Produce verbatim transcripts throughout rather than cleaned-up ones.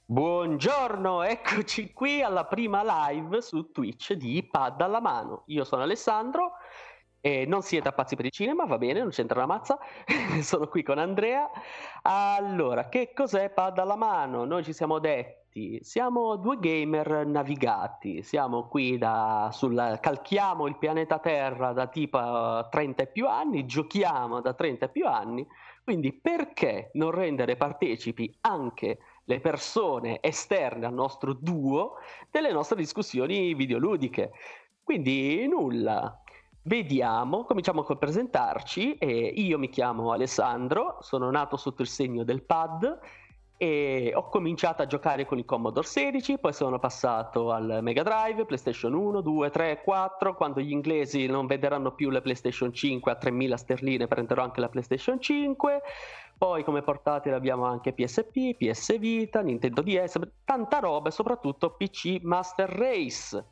Buongiorno, eccoci qui alla prima live su Twitch di Pad alla mano. Io sono Alessandro e non siete a pazzi per il cinema, va bene, non c'entra la mazza. Sono qui con Andrea. Allora, che cos'è Pad alla mano? Noi ci siamo detti, siamo due gamer navigati, siamo qui da sul calchiamo il pianeta Terra da tipo eh, trenta e più anni, giochiamo da trenta e più anni, quindi perché non rendere partecipi anche le persone esterne al nostro duo delle nostre discussioni videoludiche? Quindi nulla, vediamo, cominciamo col presentarci. E io mi chiamo Alessandro, sono nato sotto il segno del pad e ho cominciato a giocare con il Commodore sedici, poi sono passato al Mega Drive, PlayStation uno, due, tre, quattro. Quando gli inglesi non venderanno più le PlayStation cinque a tremila sterline, prenderò anche la PlayStation cinque. Poi come portatile abbiamo anche P S P, P S Vita, Nintendo D S, tanta roba e soprattutto P C Master Race.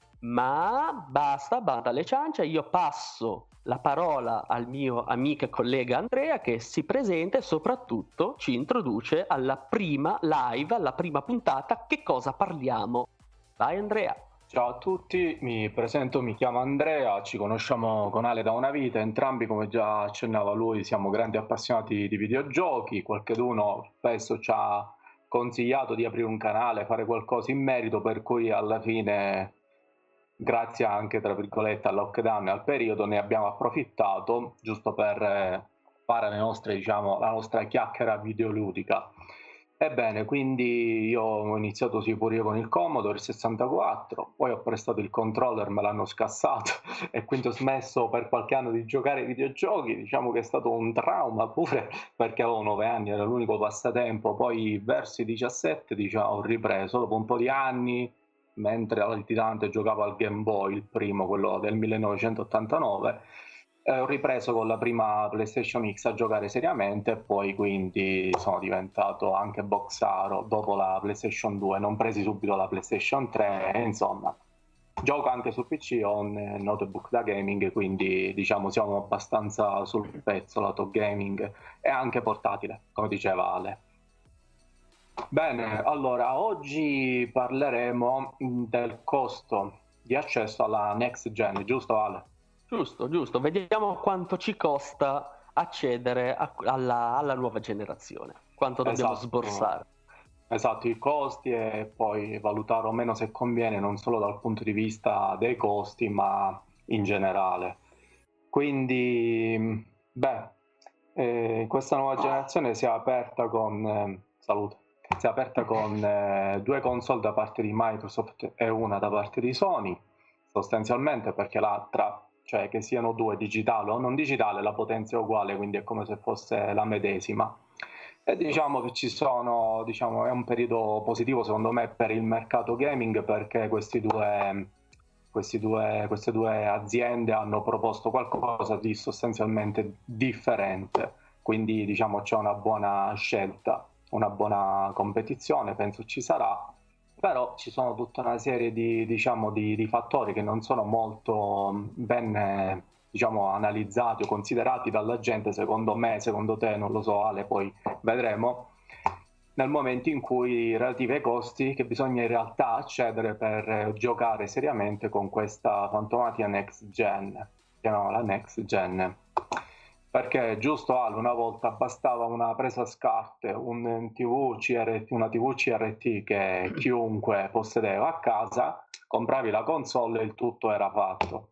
Ma basta, basta alle ciance, io passo la parola al mio amico e collega Andrea, che si presenta e soprattutto ci introduce alla prima live, alla prima puntata. Che cosa parliamo? Vai Andrea. Ciao a tutti, mi presento, mi chiamo Andrea, ci conosciamo con Ale da una vita, entrambi, come già accennava lui, siamo grandi appassionati di videogiochi. Qualcheduno spesso ci ha consigliato di aprire un canale, fare qualcosa in merito, per cui alla fine, grazie anche tra virgolette al lockdown e al periodo, ne abbiamo approfittato giusto per eh, fare le nostre, diciamo, la nostra chiacchiera videoludica. Ebbene, quindi io ho iniziato sì pure io con il Commodore sessantaquattro, poi ho prestato il controller, me l'hanno scassato e quindi ho smesso per qualche anno di giocare ai videogiochi. Diciamo che è stato un trauma pure, perché avevo nove anni, era l'unico passatempo. Poi verso i diciassette, diciamo, ho ripreso dopo un po' di anni, mentre all'altitante giocavo al Game Boy, il primo, quello del millenovecentottantanove. Eh, ho ripreso con la prima PlayStation X a giocare seriamente, e poi quindi sono diventato anche boxaro dopo la PlayStation due, non presi subito la PlayStation tre, e insomma gioco anche su P C, ho un notebook da gaming, quindi diciamo siamo abbastanza sul pezzo lato gaming, e anche portatile, come diceva Ale. Bene, allora oggi parleremo del costo di accesso alla next gen, giusto Ale? Giusto, giusto, vediamo quanto ci costa accedere a- alla, alla nuova generazione, quanto dobbiamo Esatto. sborsare. Esatto, i costi, e poi valutare o meno se conviene, non solo dal punto di vista dei costi, ma in generale. Quindi, beh, eh, questa nuova generazione si è aperta con, eh, salute, si è aperta con eh, due console da parte di Microsoft e una da parte di Sony, sostanzialmente perché l'altra, cioè che siano due digitale o non digitale, la potenza è uguale, quindi è come se fosse la medesima. E diciamo che ci sono, diciamo, è un periodo positivo secondo me per il mercato gaming, perché questi due, questi due, queste due aziende hanno proposto qualcosa di sostanzialmente differente, quindi diciamo c'è una buona scelta, una buona competizione, penso ci sarà, però ci sono tutta una serie di, diciamo, di, di fattori che non sono molto ben, diciamo, analizzati o considerati dalla gente, secondo me, secondo te, non lo so Ale, poi vedremo, nel momento in cui relativi ai costi che bisogna in realtà accedere per giocare seriamente con questa fantomatica next gen, chiamiamola next gen. Perché giusto Ale, una volta bastava una presa a scarte, un T V C R T, una T V C R T che chiunque possedeva a casa, compravi la console e il tutto era fatto.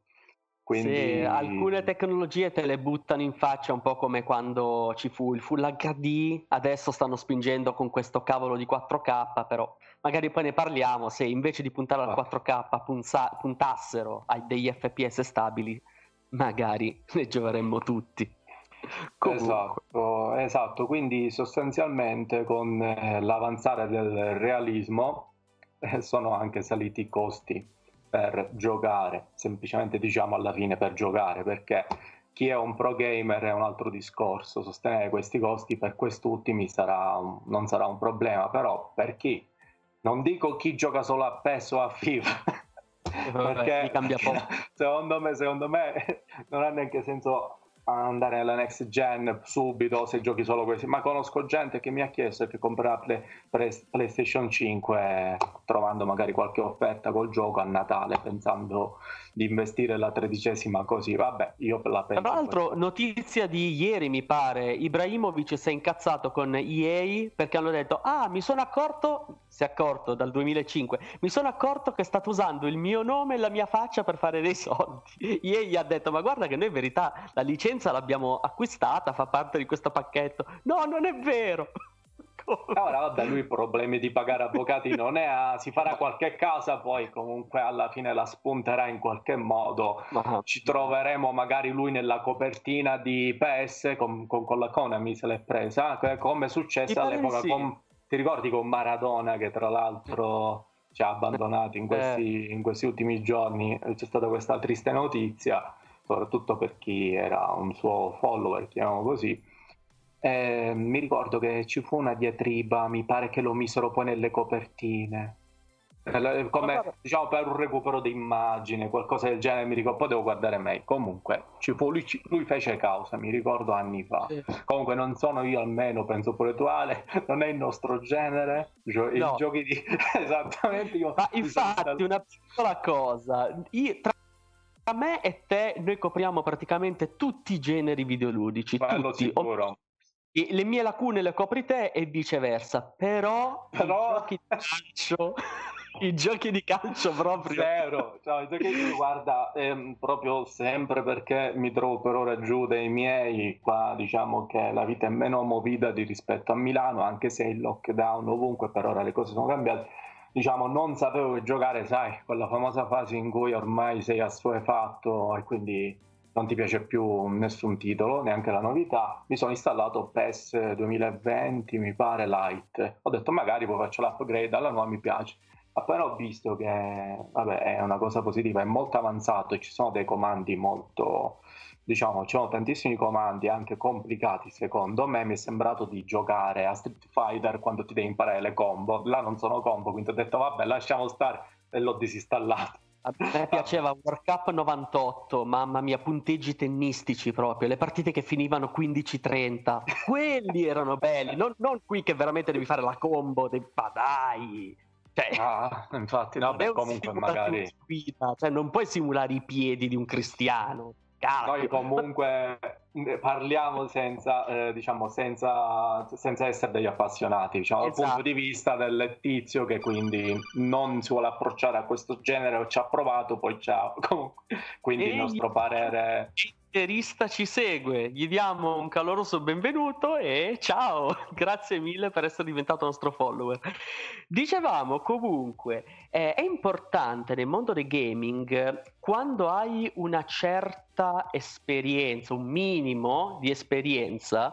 Sì, alcune Quindi tecnologie te le buttano in faccia, un po' come quando ci fu il Full H D, adesso stanno spingendo con questo cavolo di quattro K, però magari poi ne parliamo, se invece di puntare al quattro K punza- puntassero a degli F P S stabili, magari ne giocheremmo tutti. Comunque, esatto, esatto, quindi sostanzialmente con eh, l'avanzare del realismo eh, sono anche saliti i costi per giocare, semplicemente diciamo alla fine per giocare, perché chi è un pro gamer è un altro discorso, sostenere questi costi per quest'ultimi sarà un- non sarà un problema, però per chi, non dico chi gioca solo a PES o a FIFA, vabbè, perché, mi cambia perché poco. secondo me, secondo me non ha neanche senso andare nella next gen subito se giochi solo questi, ma conosco gente che mi ha chiesto che comprerà play, play, PlayStation cinque trovando magari qualche offerta col gioco a Natale, pensando di investire la tredicesima così. Vabbè, io la penso. Tra l'altro, notizia di ieri mi pare, Ibrahimovic si è incazzato con E A perché hanno detto: ah, mi sono accorto, si è accorto dal duemilacinque, mi sono accorto che state usando il mio nome e la mia faccia per fare dei soldi. E A gli ha detto: ma guarda che noi in verità la licenza l'abbiamo acquistata, fa parte di questo pacchetto. No, non è vero. Ora vabbè, lui problemi di pagare avvocati non ne ha, si farà qualche casa, poi comunque alla fine la spunterà in qualche modo. Ci troveremo magari lui nella copertina di P S con, con, con la Konami, se l'è presa, come è successo all'epoca sì. con, ti ricordi, con Maradona, che tra l'altro ci ha abbandonato in questi, in questi ultimi giorni. C'è stata questa triste notizia, soprattutto per chi era un suo follower, chiamiamolo così. Eh, mi ricordo che ci fu una diatriba, mi pare che lo misero poi nelle copertine, come diciamo per un recupero di immagine, qualcosa del genere, mi ricordo, poi devo guardare meglio. Comunque ci fu, lui, lui fece causa, mi ricordo anni fa. Sì. Comunque non sono io, almeno penso pure tu Ale, non è il nostro genere, gio- no. I giochi di esattamente io. Ma infatti una piccola cosa, io, tra tra me e te noi copriamo praticamente tutti i generi videoludici, Bello tutti. Sicuro. E le mie lacune le copri te e viceversa, però, però... i giochi di calcio i giochi di calcio proprio zero, cioè, i giochi di, guarda, ehm, proprio sempre perché mi trovo per ora giù dai miei, qua diciamo che la vita è meno movida di rispetto a Milano, anche se il lockdown ovunque, per ora le cose sono cambiate. Diciamo, non sapevo che giocare, sai, quella famosa fase in cui ormai sei assuefatto e quindi non ti piace più nessun titolo, neanche la novità. Mi sono installato P E S duemilaventi, mi pare, Lite. Ho detto magari poi faccio l'upgrade, alla nuova mi piace. Appena ho visto che, vabbè, è una cosa positiva, è molto avanzato e ci sono dei comandi molto, diciamo, ci sono tantissimi comandi anche complicati, secondo me. Mi è sembrato di giocare a Street Fighter quando ti devi imparare le combo. Là non sono combo, quindi ho detto vabbè, lasciamo stare, e l'ho disinstallato. A me piaceva World Cup novantotto, mamma mia, punteggi tennistici proprio, le partite che finivano quindici trenta, quelli erano belli, non, non qui che veramente devi fare la combo, devi, ma dai! Cioè, ah, infatti, no, beh, comunque magari... Guida, cioè non puoi simulare i piedi di un cristiano. Cacchio. Noi comunque parliamo senza, eh, diciamo, senza, senza essere degli appassionati, diciamo, esatto. Dal punto di vista del tizio che quindi non si vuole approcciare a questo genere, o ci ha provato, poi ciao. Comunque, quindi e il nostro parere... Interista ci segue, gli diamo un caloroso benvenuto e ciao, grazie mille per essere diventato nostro follower. Dicevamo comunque, eh, è importante nel mondo del gaming, quando hai una certa esperienza, un minimo di esperienza,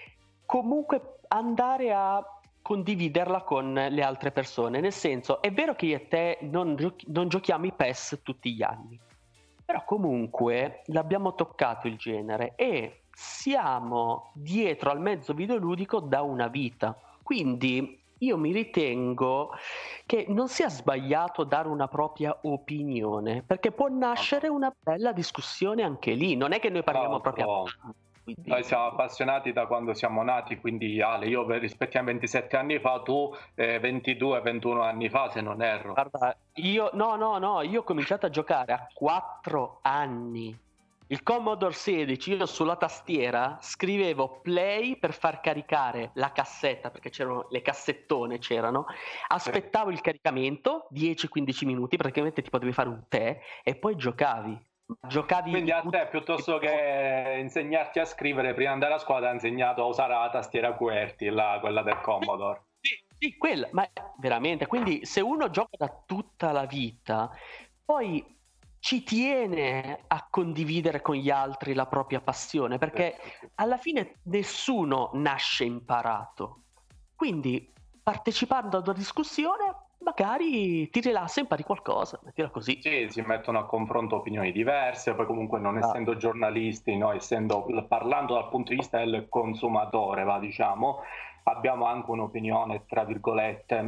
comunque andare a condividerla con le altre persone, nel senso, è vero che io e te non, giochi- non giochiamo i P E S tutti gli anni, però comunque l'abbiamo toccato il genere e siamo dietro al mezzo videoludico da una vita. Quindi io mi ritengo che non sia sbagliato dare una propria opinione, perché può nascere una bella discussione anche lì. Non è che noi parliamo no, proprio no. a... Quindi... Noi siamo appassionati da quando siamo nati, quindi Ale, io rispetto a ventisette anni fa, tu eh, ventidue ventuno anni fa, se non erro. Guarda, io no, no, no, io ho cominciato a giocare a quattro anni. Il Commodore sedici, io sulla tastiera scrivevo play per far caricare la cassetta, perché c'erano le cassettone, c'erano. Aspettavo il caricamento, dieci quindici minuti, praticamente ti potevi fare un tè e poi giocavi. Giocavi quindi a te, piuttosto che insegnarti a scrivere prima di andare a scuola, ha insegnato a usare la tastiera QWERTY, la, quella del Commodore. Sì, sì, quella, ma veramente, quindi se uno gioca da tutta la vita, poi ci tiene a condividere con gli altri la propria passione, perché alla fine nessuno nasce imparato, quindi partecipando ad una discussione magari ti rilassa, impari qualcosa, mettila così. Sì, si mettono a confronto opinioni diverse, poi comunque non ah. essendo giornalisti, noi essendo, parlando dal punto di vista del consumatore, va, diciamo, abbiamo anche un'opinione, tra virgolette,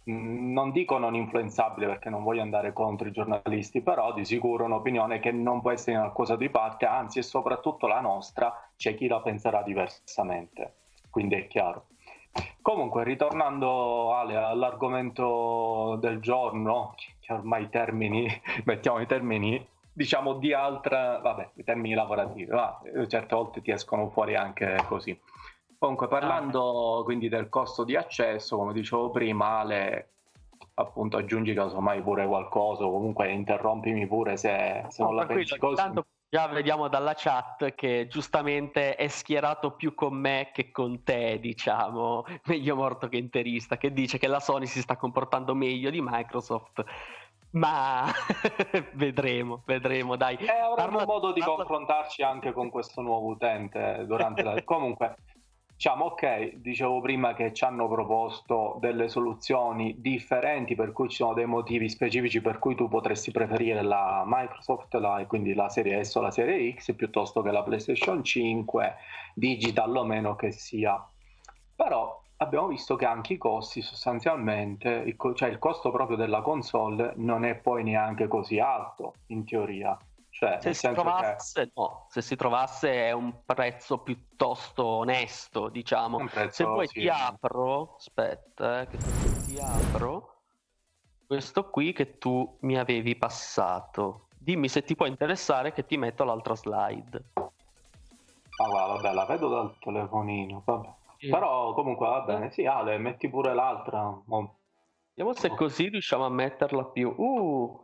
non dico non influenzabile perché non voglio andare contro i giornalisti, però di sicuro un'opinione che non può essere una cosa di parte, anzi, e soprattutto la nostra, c'è chi la penserà diversamente, quindi è chiaro. Comunque, ritornando Ale, all'argomento del giorno, che ormai i termini, mettiamo i termini, diciamo di altra, vabbè, i termini lavorativi, ma certe volte ti escono fuori anche così. Comunque, parlando ah. quindi del costo di accesso, come dicevo prima, Ale, appunto aggiungi casomai pure qualcosa, o comunque interrompimi pure se, se no, non la pensi così. Tanto già vediamo dalla chat che giustamente è schierato più con me che con te, diciamo, meglio morto che interista, che dice che la Sony si sta comportando meglio di Microsoft. Ma vedremo, vedremo, dai. E avremo modo di parla... confrontarci anche con questo nuovo utente durante la... Comunque, diciamo, ok, dicevo prima che ci hanno proposto delle soluzioni differenti, per cui ci sono dei motivi specifici per cui tu potresti preferire la Microsoft, la, quindi la serie S o la serie X, piuttosto che la PlayStation cinque, digital o meno che sia. Però abbiamo visto che anche i costi sostanzialmente, il co- cioè il costo proprio della console non è poi neanche così alto, in teoria. Cioè, se si trovasse, che... no, se si trovasse è un prezzo piuttosto onesto, diciamo. Prezzo, se poi sì. ti apro, aspetta, eh, che ti apro questo qui che tu mi avevi passato. Dimmi se ti può interessare che ti metto l'altra slide. Ah, guarda, vabbè, la vedo dal telefonino, vabbè. Sì. Però comunque va bene, sì, Ale, metti pure l'altra. Vediamo se così riusciamo a metterla più. Uh,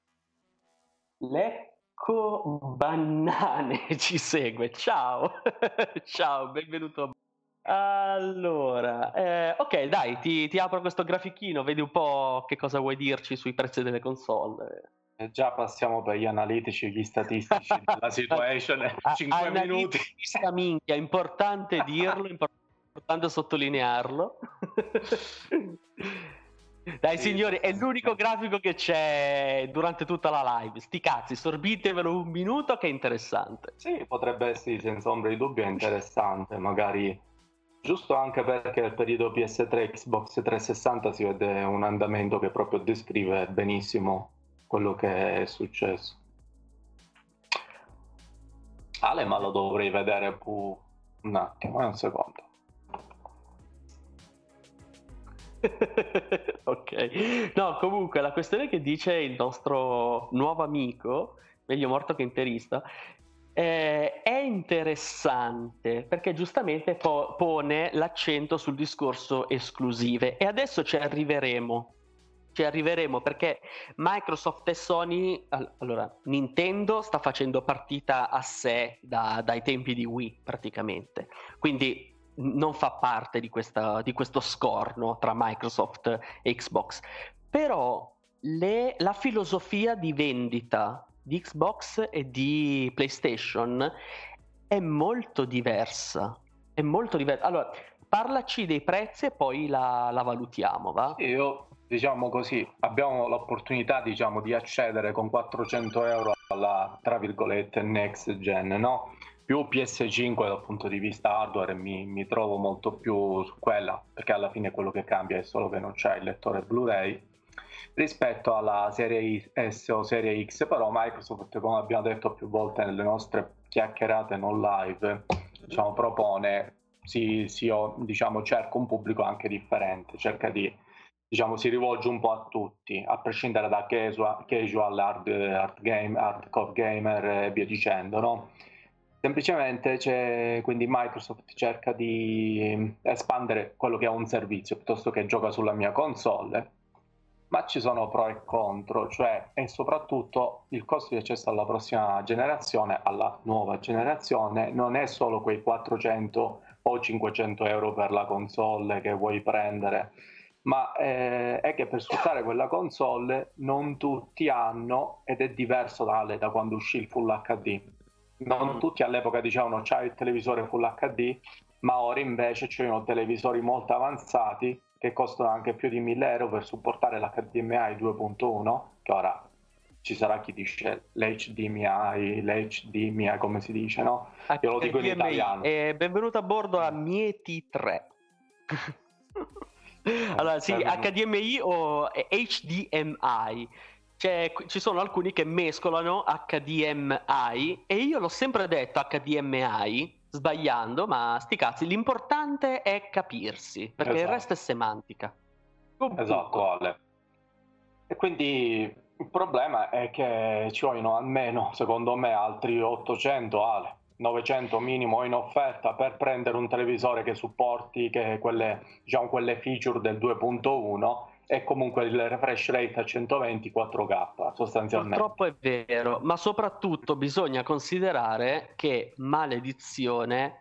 le Banane ci segue, ciao. Ciao, benvenuto. Allora, eh, ok, dai, ti, ti apro questo grafichino, vedi un po' che cosa vuoi dirci sui prezzi delle console. E già passiamo per gli analitici, gli statistici della situation, cinque minuti. Minchia, importante dirlo, importante sottolinearlo. Dai sì, signori, è l'unico grafico che c'è durante tutta la live. Sti cazzi, sorbitevelo un minuto che è interessante. Sì, potrebbe essere senza ombra di dubbio interessante, magari giusto anche perché nel periodo P S tre, Xbox trecentosessanta si vede un andamento che proprio descrive benissimo quello che è successo. Ale, ma lo dovrei vedere più un attimo, un secondo. Ok, no, comunque la questione che dice il nostro nuovo amico, meglio morto che interista, eh, è interessante perché giustamente po- pone l'accento sul discorso esclusive, e adesso ci arriveremo. Ci arriveremo perché Microsoft e Sony, allora Nintendo sta facendo partita a sé da, dai tempi di Wii praticamente, quindi non fa parte di, questa, di questo scorno tra Microsoft e Xbox. Però le, la filosofia di vendita di Xbox e di PlayStation è molto diversa. È molto diversa. Allora, parlaci dei prezzi e poi la, la valutiamo, va? Sì, io, diciamo così, abbiamo l'opportunità, diciamo, di accedere con quattrocento euro alla, tra virgolette, next gen, no? Più P S cinque dal punto di vista hardware mi, mi trovo molto più su quella, perché alla fine quello che cambia è solo che non c'è il lettore Blu-ray rispetto alla serie S o serie X. Però Microsoft, come abbiamo detto più volte nelle nostre chiacchierate non live, diciamo, propone, si, si diciamo, cerca un pubblico anche differente, cerca di, diciamo, si rivolge un po' a tutti, a prescindere da casual, casual hard, hard game, hardcore gamer e via dicendo, no? Semplicemente c'è, quindi Microsoft cerca di espandere quello che è un servizio piuttosto che gioca sulla mia console, ma ci sono pro e contro, cioè, e soprattutto il costo di accesso alla prossima generazione, alla nuova generazione, non è solo quei quattrocento o cinquecento euro per la console che vuoi prendere, ma eh, è che per sfruttare quella console non tutti hanno, ed è diverso da, da quando uscì il Full acca di. Non tutti all'epoca dicevano c'hai il televisore Full acca di, ma ora invece ci sono televisori molto avanzati che costano anche più di mille euro per supportare l'H D M I due punto uno, che ora ci sarà chi dice l'H D M I, l'H D M I come si dice, no? Io lo dico in italiano. Eh, benvenuto a bordo a Mieti tre. Allora sì, H D M I o H D M I. Cioè, ci sono alcuni che mescolano H D M I e io l'ho sempre detto H D M I, sbagliando, ma sti cazzi, l'importante è capirsi, perché esatto. Il resto è semantica. Un esatto, buco. Ale. E quindi il problema è che ci vogliono almeno, secondo me, altri ottocento, Ale, novecento minimo in offerta per prendere un televisore che supporti che quelle, diciamo, quelle feature del due punto uno e comunque il refresh rate a centoventi quattro K sostanzialmente. Purtroppo è vero, ma soprattutto bisogna considerare che, maledizione,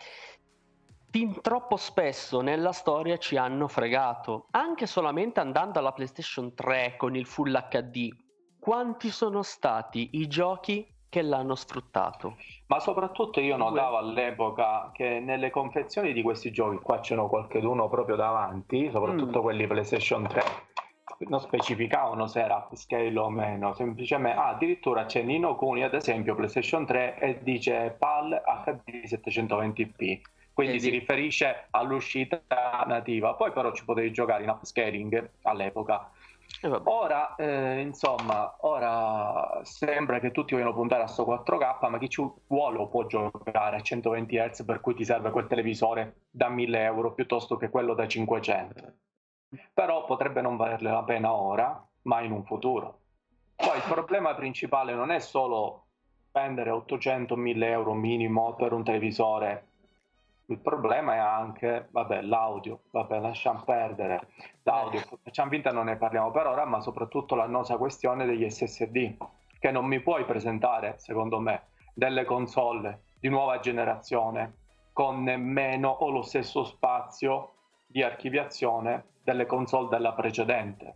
fin troppo spesso nella storia ci hanno fregato, anche solamente andando alla PlayStation tre con il Full H D. Quanti sono stati i giochi che l'hanno sfruttato? Ma soprattutto io notavo all'epoca che nelle confezioni di questi giochi, qua ce n'ho qualcheduno proprio davanti, soprattutto mm. quelli PlayStation tre, non specificavano se era upscale o meno, semplicemente ah, addirittura c'è Nino Kuni ad esempio PlayStation tre e dice P A L H D settecentoventi p, quindi eh, si sì. riferisce all'uscita nativa, poi però ci potevi giocare in upscaling all'epoca. Eh, ora eh, insomma ora sembra che tutti vogliono puntare a sto quattro K, ma chi ci vuole o può giocare a centoventi hertz, per cui ti serve quel televisore da mille euro piuttosto che quello da cinquecento. Però potrebbe non valerle la pena ora, ma in un futuro. Poi il problema principale non è solo spendere ottocento mille euro minimo per un televisore, il problema è anche, vabbè, l'audio, vabbè, lasciamo perdere l'audio, facciamo finta non ne parliamo per ora, ma soprattutto l'annosa questione degli S S D, che non mi puoi presentare, secondo me, delle console di nuova generazione con meno o lo stesso spazio di archiviazione delle console della precedente,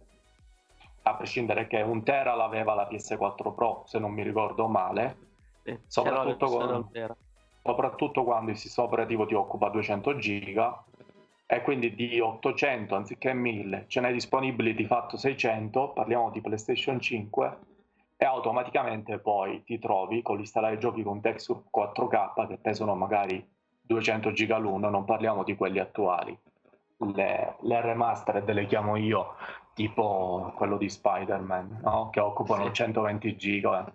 a prescindere che un tera l'aveva la P S quattro Pro, se non mi ricordo male, sì, soprattutto, con, soprattutto quando il sistema operativo ti occupa duecento giga, e quindi di ottocento anziché mille ce n'è disponibili di fatto seicento, parliamo di PlayStation cinque, e automaticamente poi ti trovi con l'installare giochi con texture quattro K che pesano magari duecento giga l'uno, non parliamo di quelli attuali. Le, le remastered le chiamo io, tipo quello di Spider-Man, no? Che occupano sì. centoventi giga.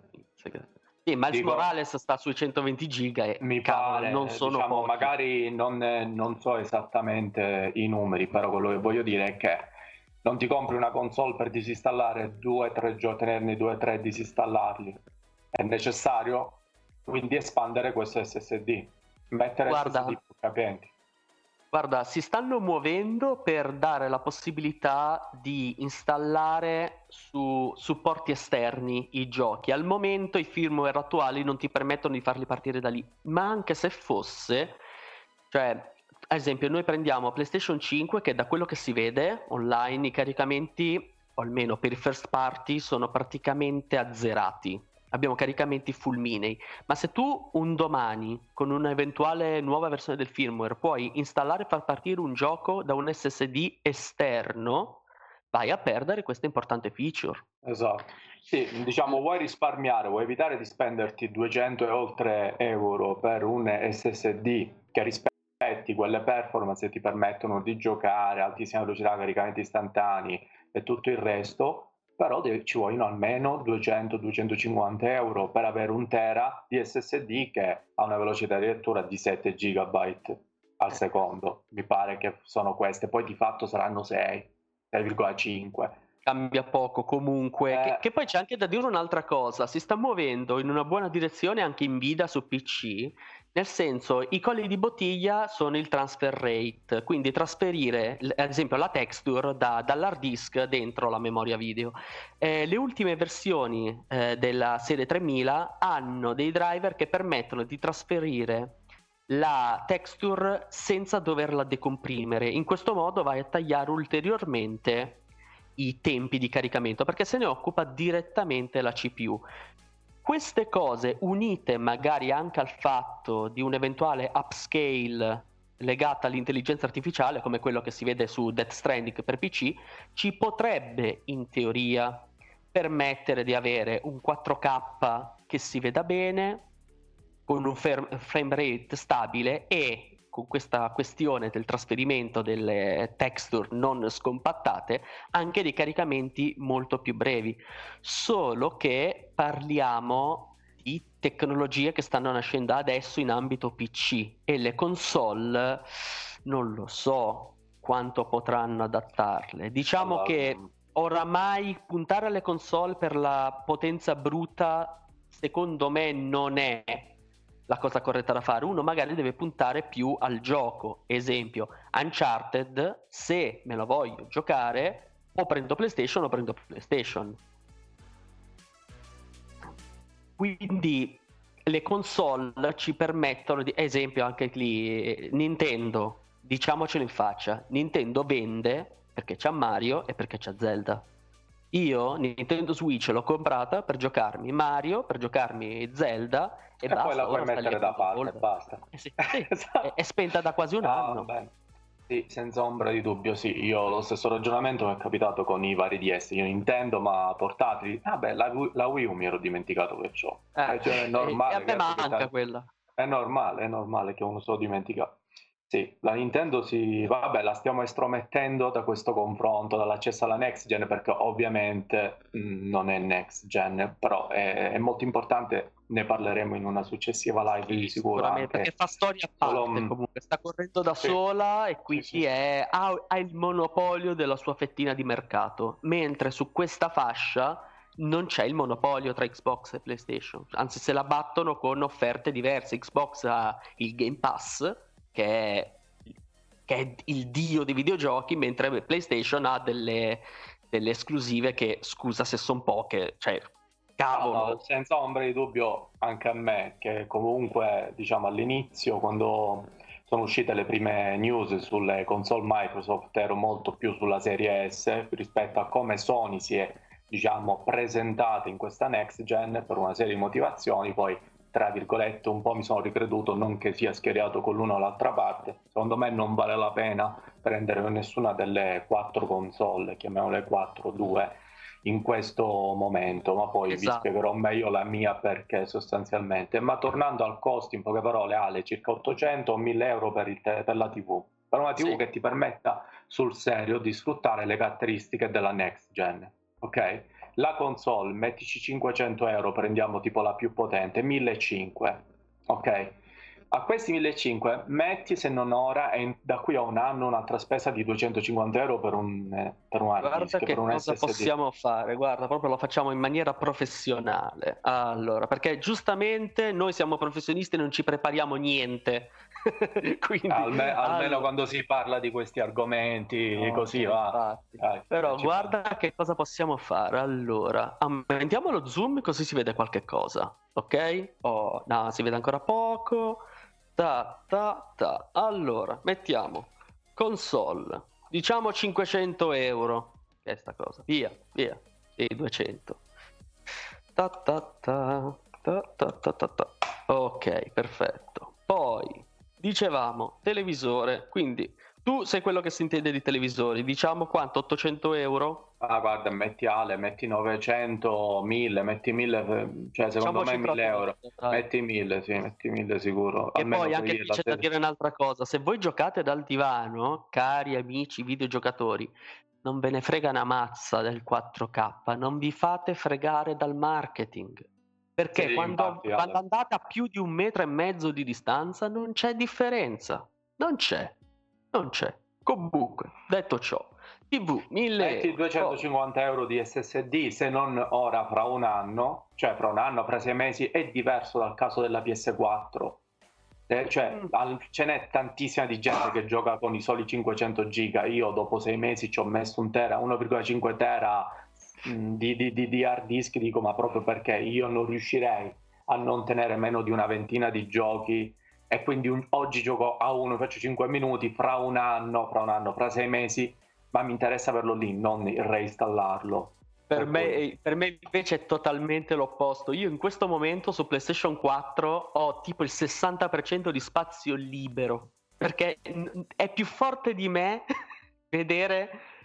Sì, Miles Dico, Morales sta sui centoventi giga e mi cavolo, pare, non sono diciamo, pochi. magari non, non so esattamente i numeri, però quello che voglio dire è che non ti compri una console per disinstallare due tre giochi, tenerne due tre e disinstallarli. È necessario quindi espandere questo S S D, mettere Guarda, S S D più capienti. Guarda, si stanno muovendo per dare la possibilità di installare su supporti esterni i giochi. Al momento i firmware attuali non ti permettono di farli partire da lì, ma anche se fosse, cioè, ad esempio, noi prendiamo PlayStation cinque, che da quello che si vede online i caricamenti, o almeno per i first party, sono praticamente azzerati. Abbiamo caricamenti fulminei, ma se tu un domani con un'eventuale nuova versione del firmware puoi installare e far partire un gioco da un S S D esterno, vai a perdere questa importante feature. Esatto, sì, diciamo, vuoi risparmiare, vuoi evitare di spenderti duecento e oltre euro per un S S D che rispetti quelle performance che ti permettono di giocare, altissima velocità, caricamenti istantanei e tutto il resto, però ci vogliono almeno duecento duecentocinquanta euro per avere un tera di S S D che ha una velocità di lettura di sette giga al secondo. Mi pare che sono queste, poi di fatto saranno sei, sei virgola cinque. Cambia poco comunque, eh. che, che poi c'è anche da dire un'altra cosa, si sta muovendo in una buona direzione anche Nvidia su P C, nel senso i colli di bottiglia sono il transfer rate, quindi trasferire ad esempio la texture da, dall'hard disk dentro la memoria video. Eh, le ultime versioni eh, della serie tremila hanno dei driver che permettono di trasferire la texture senza doverla decomprimere. In questo modo vai a tagliare ulteriormente i tempi di caricamento, perché se ne occupa direttamente la C P U. Queste cose, unite magari anche al fatto di un eventuale upscale legata all'intelligenza artificiale, come quello che si vede su Death Stranding per P C, ci potrebbe in teoria permettere di avere un quattro K che si veda bene, con un frame rate stabile e con questa questione del trasferimento delle texture non scompattate anche dei caricamenti molto più brevi, solo che parliamo di tecnologie che stanno nascendo adesso in ambito P C e le console non lo so quanto potranno adattarle. Diciamo Allora, che oramai puntare alle console per la potenza bruta secondo me non è la cosa corretta da fare. Uno magari deve puntare più al gioco. Esempio, Uncharted, se me lo voglio giocare o prendo PlayStation o prendo PlayStation. Quindi le console ci permettono di, esempio anche lì Nintendo, diciamocelo in faccia, Nintendo vende perché c'ha Mario e perché c'ha Zelda. Io Nintendo Switch l'ho comprata per giocarmi Mario, per giocarmi Zelda e, e basta. poi la puoi Ora sta lì mettere a da parte, controllo. basta. Eh sì, sì, è, è spenta da quasi un No, anno. beh, sì, senza ombra di dubbio, sì. Io ho lo stesso ragionamento mi è capitato con i vari D S. Io Nintendo, ma portatili. Ah beh, la, Wii- la Wii U mi ero dimenticato che c'ho. Eh, Eh, cioè, è e, e normale a me che manca quella. è normale, è normale che uno se lo dimentica. Sì, la Nintendo si, vabbè, la stiamo estromettendo da questo confronto, dall'accesso alla next gen, perché ovviamente mh, non è next gen, però è, è molto importante, ne parleremo in una successiva live Sì, di sicuro sicuramente, anche. perché fa storia a Solo, parte mh, comunque, sta correndo da sì, sola e sì, quindi sì, sì. è- ha, ha il monopolio della sua fettina di mercato, mentre su questa fascia non c'è il monopolio tra Xbox e PlayStation, anzi se la battono con offerte diverse. Xbox ha il Game Pass, che è, che è il dio dei videogiochi, mentre PlayStation ha delle, delle esclusive che, scusa se sono poche, cioè No, no, cavolo. senza ombra di dubbio anche a me, che comunque diciamo all'inizio, quando sono uscite le prime news sulle console Microsoft, ero molto più sulla serie S rispetto a come Sony si è diciamo presentata in questa next gen per una serie di motivazioni. Poi tra virgolette un po' mi sono ricreduto, non che sia schierato con l'una o l'altra parte. Secondo me non vale la pena prendere nessuna delle quattro console, chiamiamole quattro due in questo momento, ma poi vi Esatto. spiegherò meglio la mia perché sostanzialmente. Ma tornando al costo, in poche parole, Ale, circa ottocento o mille euro per, il te- per la tivù, per una tivù Sì. che ti permetta sul serio di sfruttare le caratteristiche della next gen, ok? La console, mettici cinquecento euro, prendiamo tipo la più potente, millecinquecento, ok? A questi millecinquecento metti, se non ora, e da qui a un anno un'altra spesa di duecentocinquanta euro per un, eh, per un hard Guarda disk, che per un cosa S S D. possiamo fare, guarda, proprio lo facciamo in maniera professionale. Allora, perché giustamente noi siamo professionisti e non ci prepariamo niente. Quindi, Alme- almeno allora, quando si parla di questi argomenti, no, così no, va. infatti. Dai, Però ci guarda che cosa possiamo fare. Allora, aumentiamo lo zoom così si vede qualche cosa, ok? Oh, no, si vede ancora poco. Ta, ta, ta. Allora, mettiamo console, diciamo cinquecento euro. Che è sta cosa? Via, via. Sì, duecento. Ta, ta, ta, ta, ta, ta, ta, ta. Ok, perfetto. Poi, dicevamo, televisore. Quindi, tu sei quello che si intende di televisori. Diciamo quanto? ottocento euro? Ah, guarda, metti Ale, metti novecento, mille, metti mille, cioè secondo Diciamo me cifra mille euro. tosta, dai. Metti mille, sì, metti mille sicuro. E Almeno poi per anche io qui la c'è da serie. dire un'altra cosa: se voi giocate dal divano, cari amici videogiocatori, non ve ne frega una mazza del quattro K, non vi fate fregare dal marketing, perché Sì, quando, infatti, Ale. quando andate a più di un metro e mezzo di distanza non c'è differenza, non c'è, non c'è. Comunque, detto ciò, tivù mille Metti euro, duecentocinquanta euro di S S D, se non ora, fra un anno, cioè fra un anno, fra sei mesi, è diverso dal caso della P S quattro. Eh, cioè, Mm. al- ce n'è tantissima di gente che gioca con i soli cinquecento giga. Io dopo sei mesi ci ho messo un tera, uno virgola cinque tera mh, di, di- di- di hard disk, dico, ma proprio perché io non riuscirei a non tenere meno di una ventina di giochi e quindi un- oggi gioco a uno, faccio cinque minuti, fra un anno, fra un anno, fra sei mesi, ma mi interessa averlo lì, non reinstallarlo. Per Per me, cui- per me invece è totalmente l'opposto. Io in questo momento su PlayStation quattro ho tipo il sessanta per cento di spazio libero, perché n- è più forte di me vedere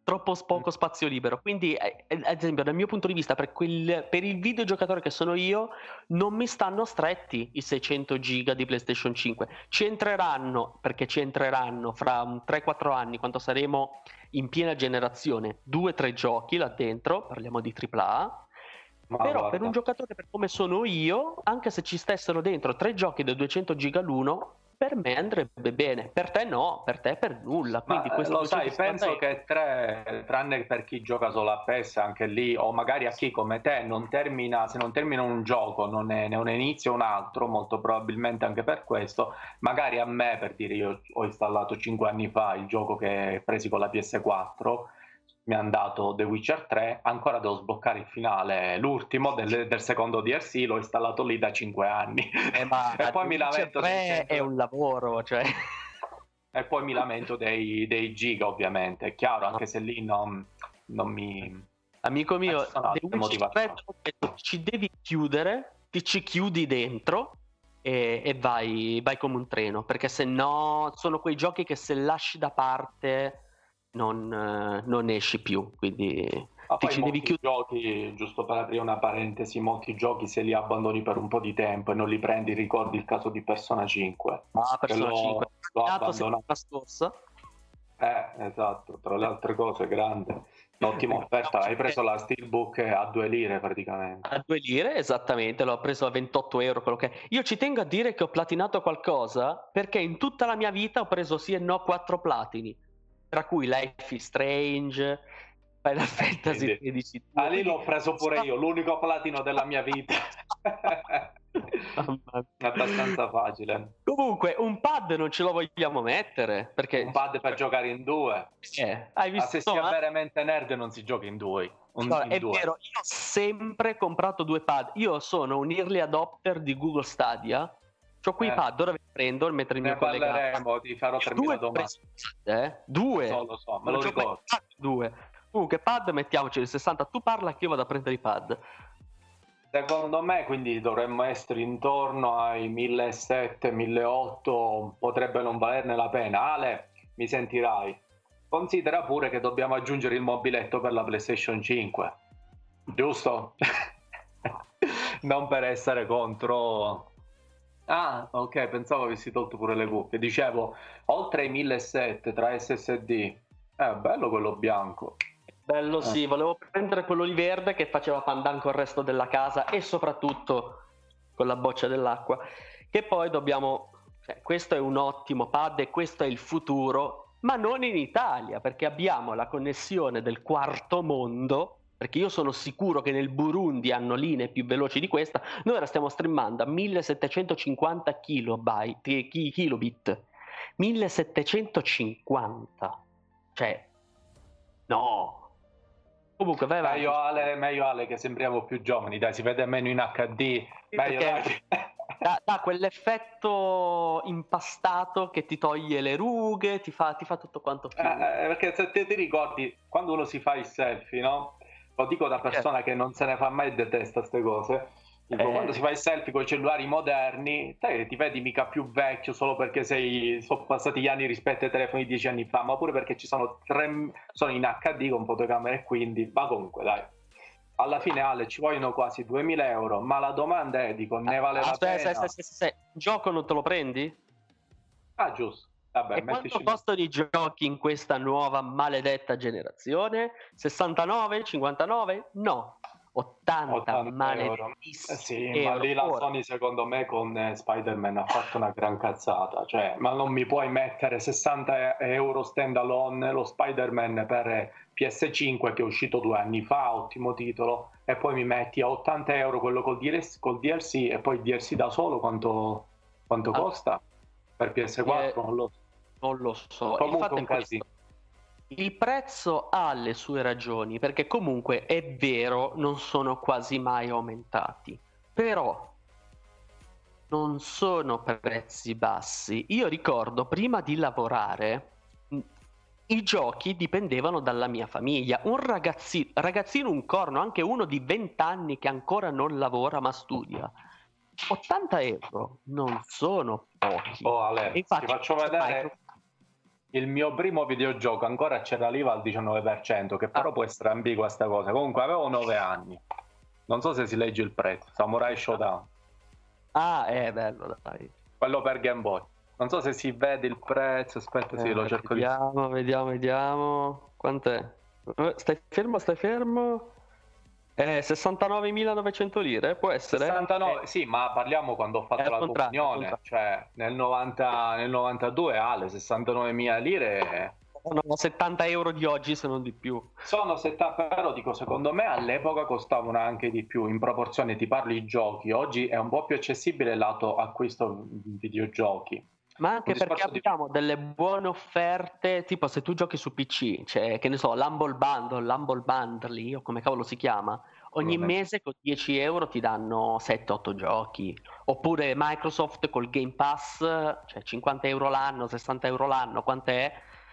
troppo poco spazio libero. Quindi, eh, ad esempio, dal mio punto di vista, per, quel, per il videogiocatore che sono io, non mi stanno stretti i seicento giga di PlayStation cinque. Ci entreranno, perché ci entreranno fra un tre quattro anni, quando saremo in piena generazione, due tre giochi là dentro, parliamo di tripla A. Ma Però guarda, per un giocatore per come sono io, anche se ci stessero dentro tre giochi da duecento giga l'uno, per me andrebbe bene. Per te no, per te per nulla. Quindi ma eh, questo lo sai, duecentosettanta penso che tre, tranne per chi gioca solo a P E S, anche lì, o magari a chi come te non termina, se non termina un gioco, non ne, ne inizia un altro, molto probabilmente anche per questo, magari a me, per dire, io ho installato cinque anni fa il gioco che presi con la P S quattro, mi hanno dato The Witcher tre, ancora devo sbloccare il finale, l'ultimo del, del secondo D L C, l'ho installato lì da cinque anni. Eh, ma E poi The mi Witcher lamento del tre tempo. è un lavoro, cioè. E poi mi lamento dei, dei giga, ovviamente, è chiaro, anche se lì non, non mi... Amico mio, Eh, sono The altre Witcher tre motivazioni. ci devi chiudere, ti ci chiudi dentro e, e vai, vai come un treno, perché se no sono quei giochi che se lasci da parte non, eh, non esci più, quindi Ma ti poi ci devi molti chiudere. giochi, giusto per aprire una parentesi, molti giochi se li abbandoni per un po' di tempo e non li prendi, ricordi il caso di Persona cinque, Ah, che Persona l'ho, cinque. l'ho Terminato abbandonato. settimana scorsa. Eh, esatto, tra le altre cose, grande. Un'ottima offerta, hai preso la Steelbook a due lire praticamente. A due lire, esattamente, l'ho preso a ventotto euro, quello che è. Io ci tengo a dire che ho platinato qualcosa, perché in tutta la mia vita ho preso sì e no quattro platini, tra cui Life is Strange, Final Fantasy Quindi, tredici. ah, lì l'ho preso pure io, l'unico platino della mia vita. È abbastanza facile. Comunque, un pad non ce lo vogliamo mettere, perché... Un pad per giocare in due. Eh, hai Ma se visto? si è eh? veramente nerd non si gioca in due. Un, Allora, in è due. vero, io ho sempre comprato due pad. Io sono un early adopter di Google Stadia. Ho quei Eh. pad, ora ve li prendo mentre il Ne mio collega... parleremo, ti farò tremila Due, domande. eh? Due. Lo so, lo so, me lo Non ci ho mai ricordo. fatto due. Comunque, pad, mettiamoci il sessanta. Tu parla che io vado a prendere i pad. Secondo me quindi dovremmo essere intorno ai millesettecento milleottocento, potrebbe non valerne la pena. Ale, mi sentirai. Considera pure che dobbiamo aggiungere il mobiletto per la PlayStation cinque, giusto? Non per essere contro... Ah, ok, pensavo avessi tolto pure le cuffie. Dicevo, oltre ai millesettecento tra S S D, è bello quello bianco. Bello, Eh. sì, volevo prendere quello lì verde che faceva pandan col resto della casa e soprattutto con la boccia dell'acqua. Che poi dobbiamo... Cioè, questo è un ottimo pad e questo è il futuro, ma non in Italia, perché abbiamo la connessione del quarto mondo, perché io sono sicuro che nel Burundi hanno linee più veloci di questa. Noi ora stiamo streamando a millesettecentocinquanta kilobyte, chi- kilobit. millesettecentocinquanta. Cioè, no. Comunque, vai avanti. Meglio Ale, meglio Ale che sembriamo più giovani, dai, si vede meno in H D. Meglio, Perché dà, dà quell'effetto impastato che ti toglie le rughe, ti fa, ti fa tutto quanto più. Eh, perché se te ti ricordi, quando uno si fa il selfie, no? Lo dico da persona che non se ne fa mai e detesta queste cose. Dico, Eh. quando si fa il selfie con i cellulari moderni, te ti vedi mica più vecchio solo perché sei, sono passati gli anni rispetto ai telefoni di dieci anni fa, ma pure perché ci sono tre, sono in H D con fotocamere, quindi, ma comunque dai. Alla fine, Ale, ci vogliono quasi duemila euro, ma la domanda è, dico, ne vale la Aspetta, pena? aspetta, aspetta, aspetta. Gioco non te lo prendi? Ah, giusto. Vabbè, E quanto mettici... costano i giochi in questa nuova maledetta generazione? sessantanove? cinquantanove? No. ottanta, ottanta maledissimi Eh sì, euro. ma lì la Ora, Sony secondo me con eh, Spider-Man ha fatto una gran cazzata, cioè, ma non mi puoi mettere sessanta euro stand alone lo Spider-Man per P S cinque che è uscito due anni fa, ottimo titolo, e poi mi metti a ottanta euro quello col D L C, col D L C e poi il D L C da solo quanto, quanto Ah. costa? Per P S quattro Eh, non lo so. non lo so. Il Comunque fatto è un questo. casino. Il prezzo ha le sue ragioni, perché comunque è vero, non sono quasi mai aumentati, però non sono prezzi bassi. Io ricordo prima di lavorare mh, i giochi dipendevano dalla mia famiglia. Un ragazzi- ragazzino, un corno, anche uno di venti anni che ancora non lavora ma studia. ottanta euro non sono pochi. Oh Ale, E infatti, ti faccio c'è vedere... Microsoft- il mio primo videogioco ancora c'era l'I V A al diciannove per cento, che però Ah. può essere ambigua sta cosa. Comunque avevo nove anni. Non so se si legge il prezzo. Samurai Showdown. Ah, è bello, dai. Quello per Game Boy. Non so se si vede il prezzo. Aspetta, sì, Eh, lo cerco vediamo, vediamo, vediamo. Quant'è? Eh, Stai fermo, stai fermo. Eh, sessantanovemilanovecento lire, può di essere? sessantanove. Eh, Sì, ma parliamo quando ho è fatto al la contrario, al comunione. contrario. Cioè, nel novanta, nel novantadue, Ale, sessantanovemila lire... Sono settanta euro di oggi, se non di più. Sono settanta, però dico, secondo me all'epoca costavano anche di più in proporzione, ti parlo i giochi, oggi è un po' più accessibile il lato acquisto videogiochi. Ma Un anche perché discorso di... abbiamo delle buone offerte, tipo se tu giochi su P C, cioè che ne so, l'Humble Bundle, l'Humble Bundle, o come cavolo si chiama, ogni mese con dieci euro ti danno sette otto giochi. Oppure Microsoft col Game Pass, cioè cinquanta euro l'anno, sessanta euro l'anno, quant'è?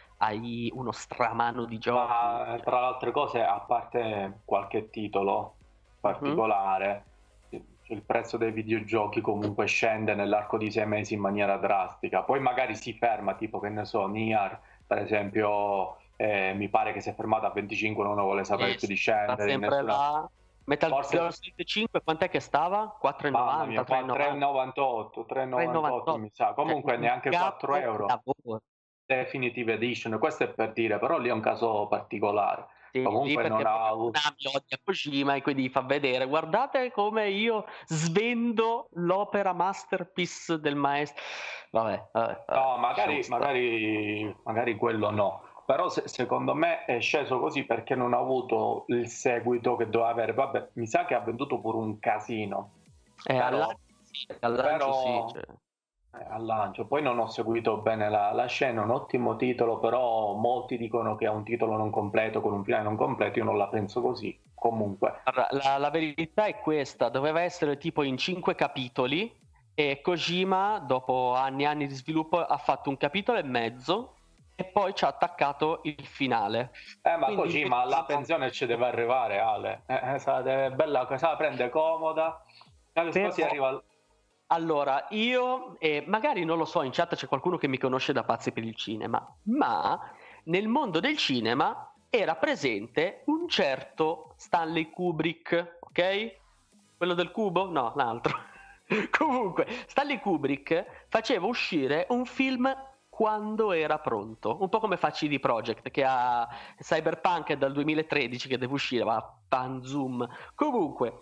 Hai uno stramano di giochi. Ma tra le altre cose, a parte qualche titolo particolare, il prezzo dei videogiochi comunque scende nell'arco di sei mesi in maniera drastica. Poi magari si ferma, tipo che ne so, Nier, per esempio, eh, mi pare che si è fermato a venticinque, non ne vuole sapere Eh più di sì, sta scendere. in sempre nessuna... là. Metal Forse- Gear Solid cinque, quant'è che stava? Mamma mia, quattro e novanta, tre e novanta. tre e novantotto, tre e novantotto mi sa. Comunque Cioè, un neanche quattro euro. capolavoro. Definitive Edition, questo è per dire, però lì è un caso particolare. Sì, lì Comunque perché non ha proprio avuto... Konami odia Kojima e quindi fa vedere, guardate come io svendo l'opera masterpiece del maestro. Vabbè, vabbè, vabbè, No, magari, lasciamo stare. magari, magari quello no. Però se- secondo me è sceso così perché non ha avuto il seguito che doveva avere. Vabbè, mi sa che ha venduto pure un casino. Eh, Però- al lancio sì, al lancio però- sì, cioè. Eh, al lancio. Poi non ho seguito bene la, la scena, un ottimo titolo, però molti dicono che è un titolo non completo, con un finale non completo, io non la penso così. Comunque, Guarda, La, la verità è questa, doveva essere tipo in cinque capitoli e Kojima, dopo anni e anni di sviluppo, ha fatto un capitolo e mezzo e poi ci ha attaccato il finale. eh, ma Quindi- così, ma la pensione ci deve arrivare, Ale. Eh, eh, sa- deve- bella cosa, la prende comoda. Così Però- arriva al- Allora, io, eh, magari non lo so, in chat c'è qualcuno che mi conosce da pazzi per il cinema, ma nel mondo del cinema era presente un certo Stanley Kubrick, ok? Quello del cubo? No, l'altro. Comunque, Stanley Kubrick faceva uscire un film quando era pronto, un po' come fa C D Projekt, che ha Cyberpunk è dal duemilatredici che deve uscire, va pan zoom. Comunque,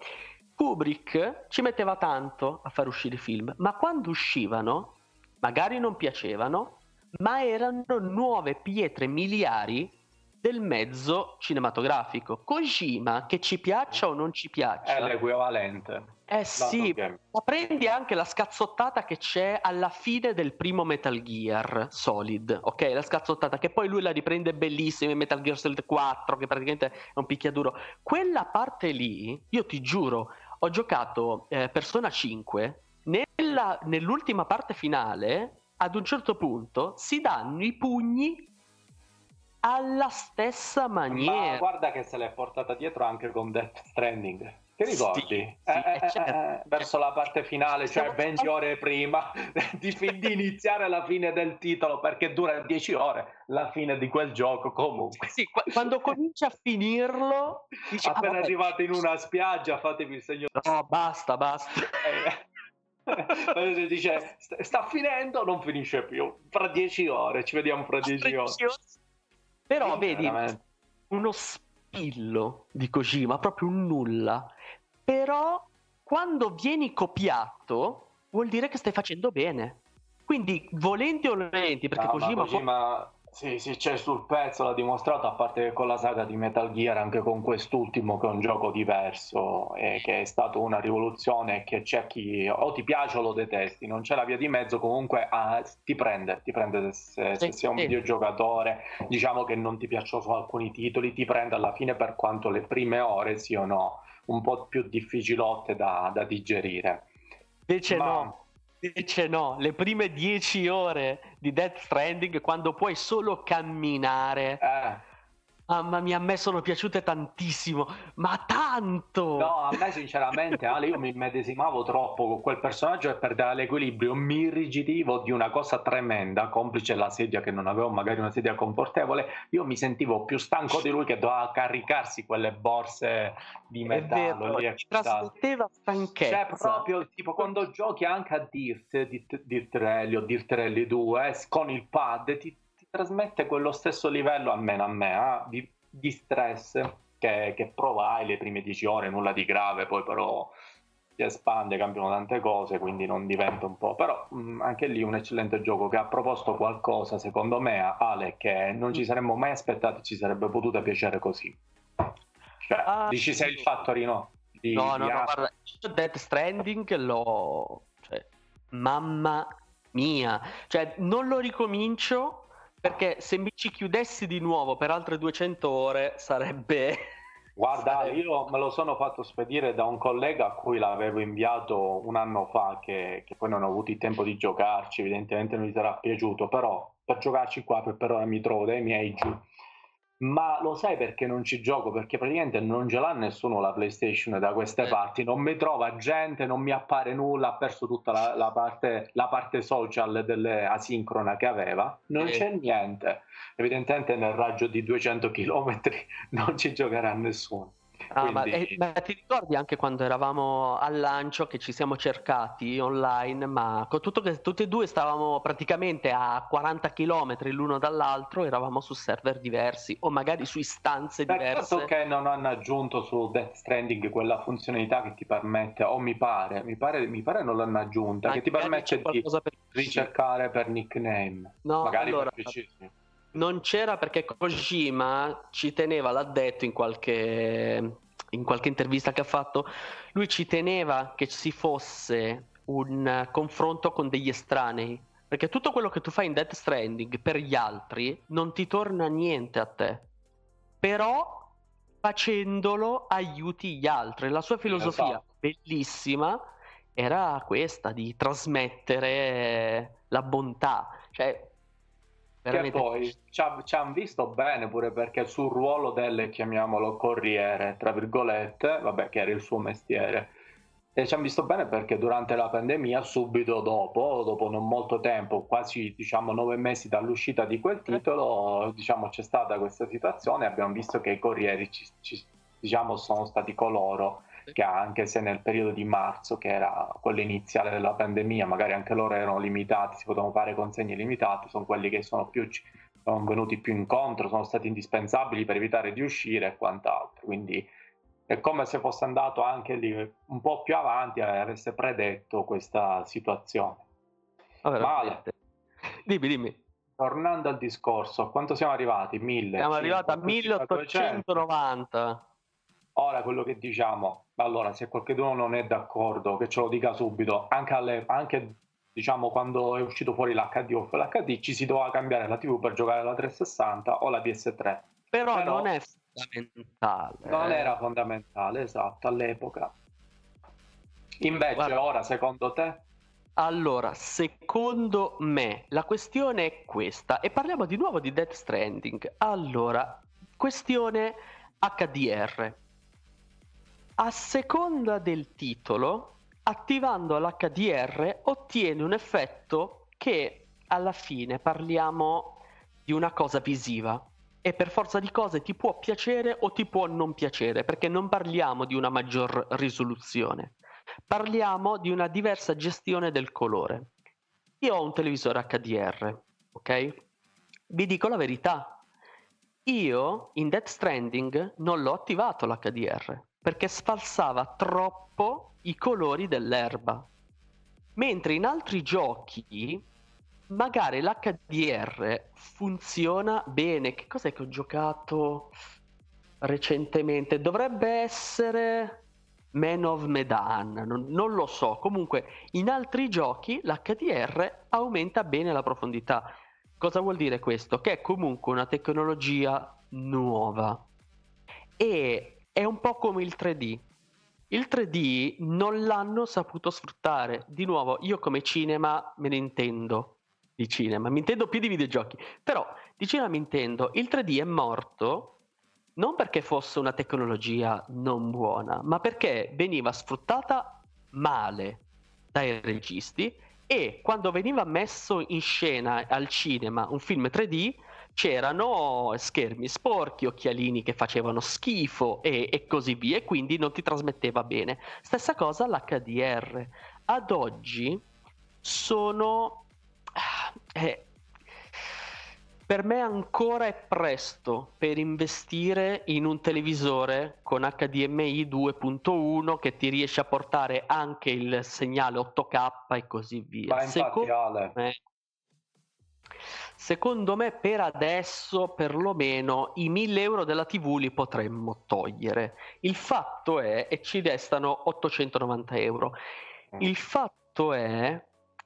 Kubrick ci metteva tanto a far uscire i film, ma quando uscivano, magari non piacevano, ma erano nuove pietre miliari del mezzo cinematografico. Kojima, che ci piaccia o non ci è piaccia, l'equivalente. eh sì, game. ma prendi anche la scazzottata che c'è alla fine del primo Metal Gear Solid, ok? La scazzottata che poi lui la riprende bellissima in Metal Gear Solid quattro, che praticamente è un picchiaduro. Quella parte lì, io ti giuro, ho giocato eh, Persona cinque, nella- nell'ultima parte finale, ad un certo punto, si danno i pugni alla stessa Ma maniera. guarda che se l'è portata dietro anche con Death Stranding. Ti Sì, ricordi? sì, Eh, eh, eh, eh, certo, eh, verso certo. la parte finale, cioè Stiamo- venti ore prima di, fi- di iniziare la fine del titolo, perché dura dieci ore la fine di quel gioco comunque. Sì, qua- quando cominci a finirlo, dici, ah, Appena vabbè, arrivate in una spiaggia, fatevi il segno. no, basta, basta. Eh, dice "Sta- sta finendo, non finisce più. Fra dieci ore, ci vediamo fra dieci ore. Però Sì, vedi, veramente. uno spillo di Kojima, proprio un nulla. Però quando vieni copiato vuol dire che stai facendo bene. Quindi volenti o nolenti, perché No, ma Kojima, Kojima, sì, sì, c'è sul pezzo, l'ha dimostrato, a parte che con la saga di Metal Gear, anche con quest'ultimo che è un gioco diverso e che è stato una rivoluzione e che c'è chi o ti piace o lo detesti, non c'è la via di mezzo, comunque ah, ti prende, ti prende se, se Sì, sei un sì. videogiocatore, diciamo che non ti piacciono solo alcuni titoli, ti prende alla fine per quanto le prime ore siano un po' più difficilotte da, da digerire. Invece Ma- no, invece no, le prime dieci ore di Death Stranding, quando puoi solo camminare, Eh, Mamma mia, a me sono piaciute tantissimo, ma tanto! No, a me sinceramente, Ale, io mi immedesimavo troppo con quel personaggio e perdeva l'equilibrio, mi irrigidivo di una cosa tremenda, complice la sedia che non avevo magari una sedia confortevole, io mi sentivo più stanco di lui che doveva caricarsi quelle borse di È metallo vero, lì e ti quant'altro. trasmetteva Cioè, stanchezza. proprio tipo quando giochi anche a Dirt, Dirt, Dirt Rally o Dirt Rally due, eh, con il pad ti, ti trasmette quello stesso livello, almeno a me, eh, di, di stress che, che provai le prime dieci ore, nulla di grave, poi però si espande, cambiano tante cose, quindi non diventa un po'. Però mh, anche lì un eccellente gioco che ha proposto qualcosa, secondo me, a Ale, che non ci saremmo mai aspettati ci sarebbe potuta piacere così. Cioè, Ah, dici sei il Factory, no? Di, no, di no, no, Asa. guarda, io Death Stranding l'ho... cioè, mamma mia. Cioè, non lo ricomincio perché se mi ci chiudessi di nuovo per altre duecento ore sarebbe... Guarda, sarebbe- io me lo sono fatto spedire da un collega a cui l'avevo inviato un anno fa, che, che poi non ho avuto il tempo di giocarci, evidentemente non gli sarà piaciuto, però per giocarci qua per, per ora mi trovo dai miei giù. Ma lo sai perché non ci gioco? Perché praticamente non ce l'ha nessuno la PlayStation da queste Eh. parti, non mi trova gente, non mi appare nulla, ha perso tutta la, la parte, la parte social delle asincrona che aveva, non Eh. c'è niente. Evidentemente nel raggio di duecento chilometri non ci giocherà nessuno. Ah, ma, Quindi, eh, ma ti ricordi anche quando eravamo al lancio che ci siamo cercati online, ma con tutto che tutti e due stavamo praticamente a quaranta chilometri l'uno dall'altro, eravamo su server diversi o magari su istanze diverse. peccato che non hanno aggiunto su Death Stranding quella funzionalità che ti permette, o mi pare, mi pare, mi pare non l'hanno aggiunta, che ti Magari permette c'è di qualcosa per P C. ricercare per nickname. No, Magari allora, per P C, sì. non c'era perché Kojima ci teneva, l'ha detto in qualche, in qualche intervista che ha fatto, lui ci teneva che ci fosse un confronto con degli estranei, perché tutto quello che tu fai in Death Stranding per gli altri non ti torna niente a te, però facendolo aiuti gli altri. La sua filosofia, Esatto. bellissima, era questa, di trasmettere la bontà, cioè Che veramente. poi ci hanno visto bene pure perché sul ruolo del, chiamiamolo, corriere, tra virgolette, vabbè, che era il suo mestiere, e ci hanno visto bene perché durante la pandemia, subito dopo, dopo non molto tempo, quasi diciamo nove mesi dall'uscita di quel titolo, diciamo c'è stata questa situazione e abbiamo visto che i corrieri ci, ci, diciamo, sono stati coloro che anche se nel periodo di marzo, che era quello iniziale della pandemia, magari anche loro erano limitati, si potevano fare consegne limitate, sono quelli che sono più sono venuti più incontro, sono stati indispensabili per evitare di uscire e quant'altro. Quindi è come se fosse andato anche lì un po' più avanti e avesse predetto questa situazione. Ah, Male. Dimmi, dimmi. Tornando al discorso, quanto siamo arrivati? mille? Siamo arrivati a milleottocentonovanta. Ora quello che diciamo, allora se qualcuno non è d'accordo che ce lo dica subito, anche, alle, anche diciamo quando è uscito fuori l'H D o l'H D ci si doveva cambiare la tivù per giocare la trecentosessanta o la P S tre. Però, Però non è fondamentale. Non era fondamentale, esatto, all'epoca. Invece Guarda, ora, secondo te? allora, secondo me la questione è questa, e parliamo di nuovo di Death Stranding. Allora, questione H D R. A seconda del titolo, attivando l'H D R ottieni un effetto che alla fine parliamo di una cosa visiva e per forza di cose ti può piacere o ti può non piacere, perché non parliamo di una maggior risoluzione, parliamo di una diversa gestione del colore. Io ho un televisore H D R, ok? Vi dico la verità, io in Death Stranding non l'ho attivato l'H D R perché sfalsava troppo i colori dell'erba, mentre in altri giochi magari l'H D R funziona bene. Che cos'è che ho giocato recentemente? Dovrebbe essere Man of Medan, non, non lo so. Comunque in altri giochi l'H D R aumenta bene la profondità. Cosa vuol dire questo? Che è comunque una tecnologia nuova e è un po' come il tre D. Il tre D non l'hanno saputo sfruttare. Di nuovo, io come cinema me ne intendo di cinema, mi intendo più di videogiochi, però di cinema mi intendo. Il tre D è morto non perché fosse una tecnologia non buona, ma perché veniva sfruttata male dai registi, e quando veniva messo in scena al cinema un film tre D c'erano schermi sporchi, occhialini che facevano schifo e, e così via, e quindi non ti trasmetteva bene. Stessa cosa l'H D R. Ad oggi sono... eh, per me ancora è presto per investire in un televisore con H D M I due punto uno che ti riesce a portare anche il segnale otto K e così via. Ma infatti, Secondo Ale, me, secondo me per adesso perlomeno i mille euro della T V li potremmo togliere. Il fatto è, e ci restano ottocentonovanta euro, il fatto è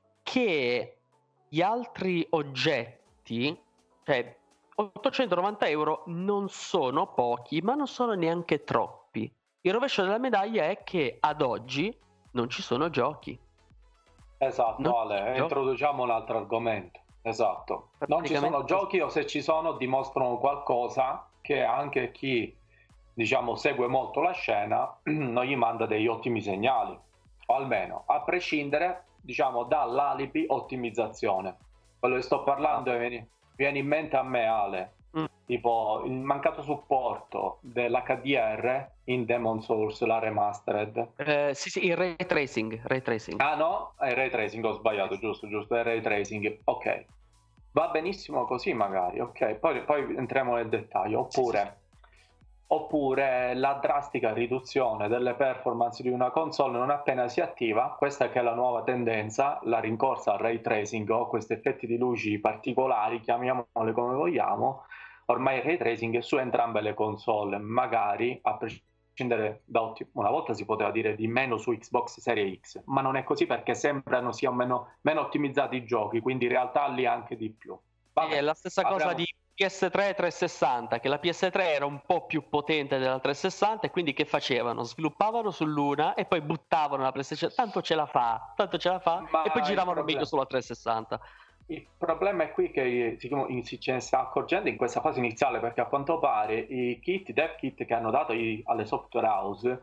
che gli altri oggetti, cioè ottocentonovanta euro non sono pochi, ma non sono neanche troppi. Il rovescio della medaglia è che ad oggi non ci sono giochi. esatto, Non ci Ale, sono giochi. introduciamo un altro argomento. Esatto, non ci sono Praticamente giochi, o se ci sono dimostrano qualcosa che anche chi, diciamo, segue molto la scena non gli manda degli ottimi segnali, o almeno a prescindere, diciamo, dall'alibi ottimizzazione. Quello che sto parlando è, viene, viene in mente a me, Ale, Mm. tipo il mancato supporto dell'H D R in Demon's Souls, la remastered. Eh, sì, sì, il ray tracing, ray tracing. Ah no, è ray tracing, ho sbagliato, giusto, giusto, è ray tracing, ok. Va benissimo così magari, ok, poi, poi entriamo nel dettaglio. Oppure, Sì, sì, sì. oppure la drastica riduzione delle performance di una console non appena si attiva, questa che è la nuova tendenza, la rincorsa al ray tracing o questi effetti di luci particolari, chiamiamole come vogliamo. Ormai il ray tracing è su entrambe le console, magari a prescindere da otti- una volta si poteva dire di meno su Xbox Series X, ma non è così perché sembrano siano meno, meno ottimizzati i giochi, quindi in realtà lì anche di più. Sì, è la stessa cosa apriamo... di P S tre e trecentosessanta, che la P S tre era un po' più potente della trecentosessanta, e quindi che facevano? Sviluppavano sull'una e poi buttavano la PlayStation, tanto ce la fa, tanto ce la fa, Ma e poi il giravano problema... meglio sulla trecentosessanta. Il problema è qui che si, si ce ne sta accorgendo in questa fase iniziale, perché a quanto pare i kit, i dev kit che hanno dato i, alle software house,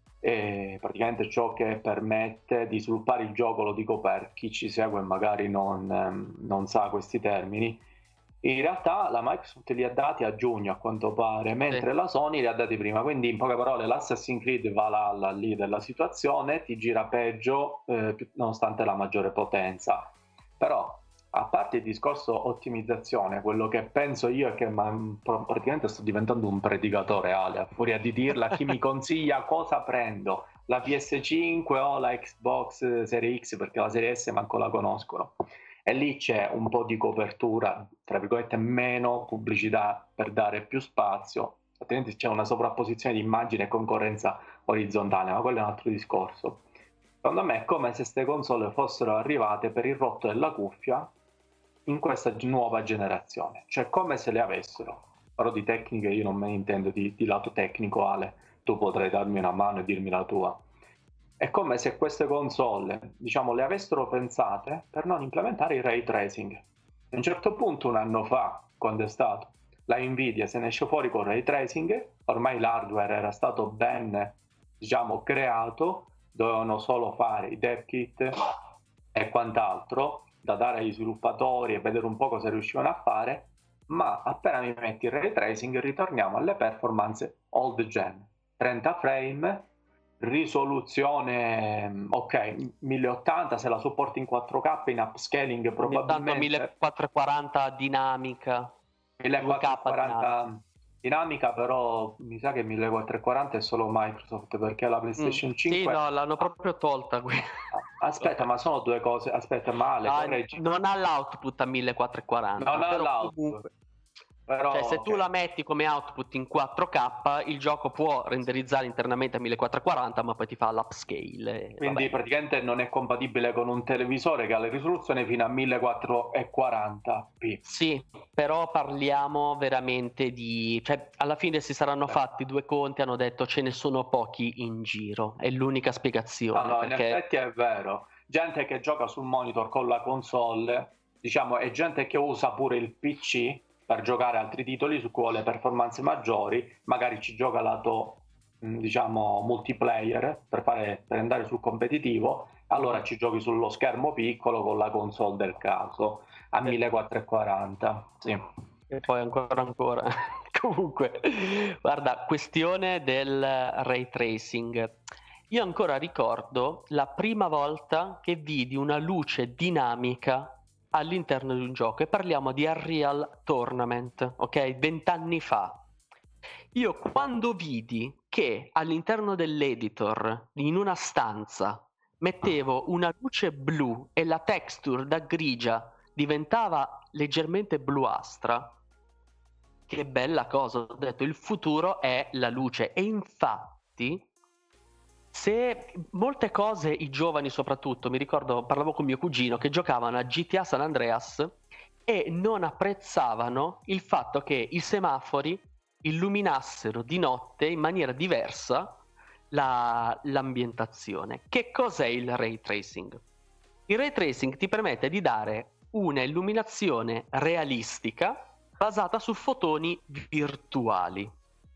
è praticamente ciò che permette di sviluppare il gioco, lo dico per chi ci segue e magari non, ehm, non sa questi termini, in realtà la Microsoft li ha dati a giugno a quanto pare, mentre Sì. la Sony li ha dati prima, quindi in poche parole l'Assassin's Creed Valhalla lì della situazione ti gira peggio eh, nonostante la maggiore potenza. Però a parte il discorso ottimizzazione, quello che penso io è che ma, praticamente sto diventando un predicatore, Ale, a furia di dirla, chi mi consiglia cosa prendo, la P S cinque o la Xbox Series X, perché la Series S manco la conoscono. E lì c'è un po' di copertura, tra virgolette, meno pubblicità per dare più spazio, altrimenti c'è una sovrapposizione di immagine e concorrenza orizzontale, ma quello è un altro discorso. Secondo me è come se queste console fossero arrivate per il rotto della cuffia in questa nuova generazione, cioè come se le avessero. Però di tecniche io non me ne intendo, di, di lato tecnico, Ale, tu potrai darmi una mano e dirmi la tua. È come se queste console, diciamo, le avessero pensate per non implementare il ray tracing. A un certo punto, un anno fa, quando è stato, la Nvidia se ne esce fuori con il ray tracing, ormai l'hardware era stato ben, diciamo, creato, dovevano solo fare i dev kit e quant'altro da dare agli sviluppatori e vedere un po' cosa riuscivano a fare, ma appena mi metti il ray tracing ritorniamo alle performance old gen, trenta frame, risoluzione ok mille ottanta, se la supporti in quattro K in upscaling probabilmente millequattrocentoquaranta dinamica, millequattrocentoquaranta dinamica, però mi sa che millequattrocentoquaranta è solo Microsoft, perché la PlayStation mm. cinque... Sì, no, l'hanno proprio tolta qui. Aspetta, ma sono due cose. Aspetta, male, Ah, correggi. non ha l'output a millequattrocentoquaranta, Non ha però l'output. comunque, Però, cioè, se tu okay. la metti come output in quattro K, il gioco può renderizzare internamente a millequattrocentoquaranta, ma poi ti fa l'upscale. e Quindi vabbè. praticamente non è compatibile con un televisore che ha la risoluzione fino a millequattrocentoquaranta p. Sì, però parliamo veramente di... cioè, alla fine si saranno Beh. fatti due conti, hanno detto ce ne sono pochi in giro, è l'unica spiegazione. No, no, perché... in effetti è vero. Gente che gioca sul monitor con la console, diciamo, è gente che usa pure il P C per giocare altri titoli su cui ho le performance maggiori, magari ci gioca lato diciamo multiplayer per, fare, per andare sul competitivo, allora ci giochi sullo schermo piccolo con la console del caso a millequattrocentoquaranta, sì. E poi ancora ancora comunque guarda, questione del ray tracing, io ancora ricordo la prima volta che vidi una luce dinamica all'interno di un gioco, e parliamo di Unreal Tournament, ok, vent'anni fa. Io quando vidi che all'interno dell'editor, in una stanza, mettevo una luce blu e la texture da grigia diventava leggermente bluastra, che bella cosa, ho detto il futuro è la luce. E infatti se molte cose i giovani soprattutto, mi ricordo parlavo con mio cugino che giocavano a G T A San Andreas e non apprezzavano il fatto che i semafori illuminassero di notte in maniera diversa la, l'ambientazione. Che cos'è il ray tracing? Il ray tracing ti permette di dare una illuminazione realistica basata su fotoni virtuali.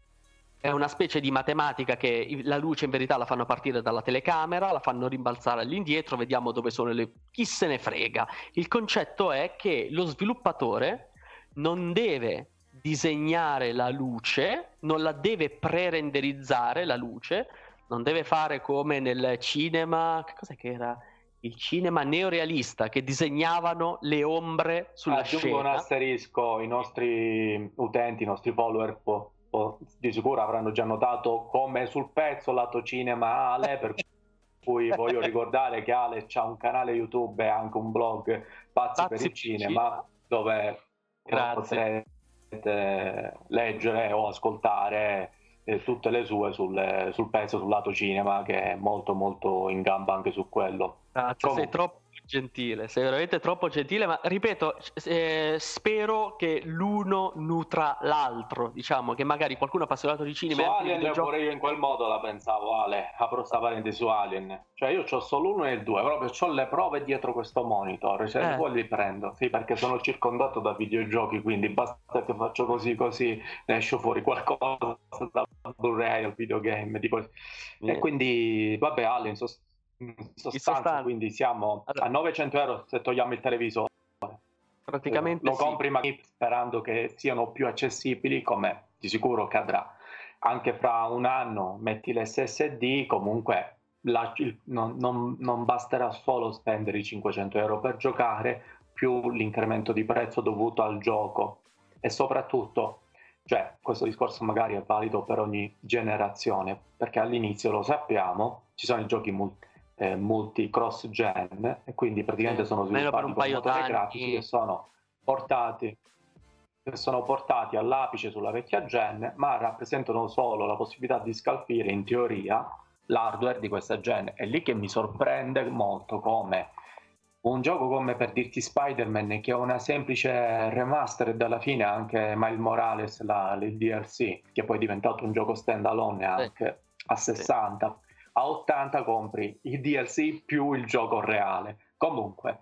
È una specie di matematica che la luce in verità la fanno partire dalla telecamera, la fanno rimbalzare all'indietro, vediamo dove sono le... chi se ne frega. Il concetto è che lo sviluppatore non deve disegnare la luce, non la deve pre-renderizzare la luce, non deve fare come nel cinema, che cos'è che era? Il cinema neorealista, che disegnavano le ombre sulla Aggiungo scena. un asterisco, i nostri utenti, i nostri follower po, po, di sicuro avranno già notato come sul pezzo lato cinema Ale, per cui voglio ricordare che Ale c'ha un canale YouTube e anche un blog Pazzi, Pazzi per il cinema, cinema, dove Grazie. potrete leggere o ascoltare eh, tutte le sue sul, sul pezzo sul lato cinema, che è molto molto in gamba anche su quello. Grazie, sei troppo gentile, sei veramente troppo gentile, ma ripeto, eh, spero che l'uno nutra l'altro, diciamo, che magari qualcuno appassionato di cinema... Su Alien pure io in quel modo la pensavo, Ale, apro sta parentesi su Alien, cioè io c'ho solo uno e il due, proprio c'ho le prove dietro questo monitor, cioè eh. poi li prendo, sì, perché sono circondato da videogiochi, quindi basta che faccio così così ne esce fuori qualcosa da Blu-ray al videogame, tipo... e quindi vabbè, Alien sost- in sostanza, in sostanza, quindi siamo allora, a novecento euro se togliamo il televisore, praticamente lo sì. compri magari sperando che siano più accessibili, come di sicuro accadrà anche fra un anno, metti l'S S D, comunque la, il, non, non, non basterà solo spendere i cinquecento euro per giocare più l'incremento di prezzo dovuto al gioco, e soprattutto, cioè questo discorso magari è valido per ogni generazione, perché all'inizio lo sappiamo, ci sono i giochi multi Eh, multi cross gen, e quindi praticamente sì, sono sviluppati con motori grafici che sono portati che sono portati all'apice sulla vecchia gen, ma rappresentano solo la possibilità di scalfire in teoria l'hardware di questa gen. È lì che mi sorprende molto come un gioco come, per dirti, Spider-Man, che è una semplice remastered alla fine, anche Miles Morales, la, il D L C, che poi è diventato un gioco standalone anche sì. a sessanta, sì. a ottanta compri il D L C più il gioco reale. Comunque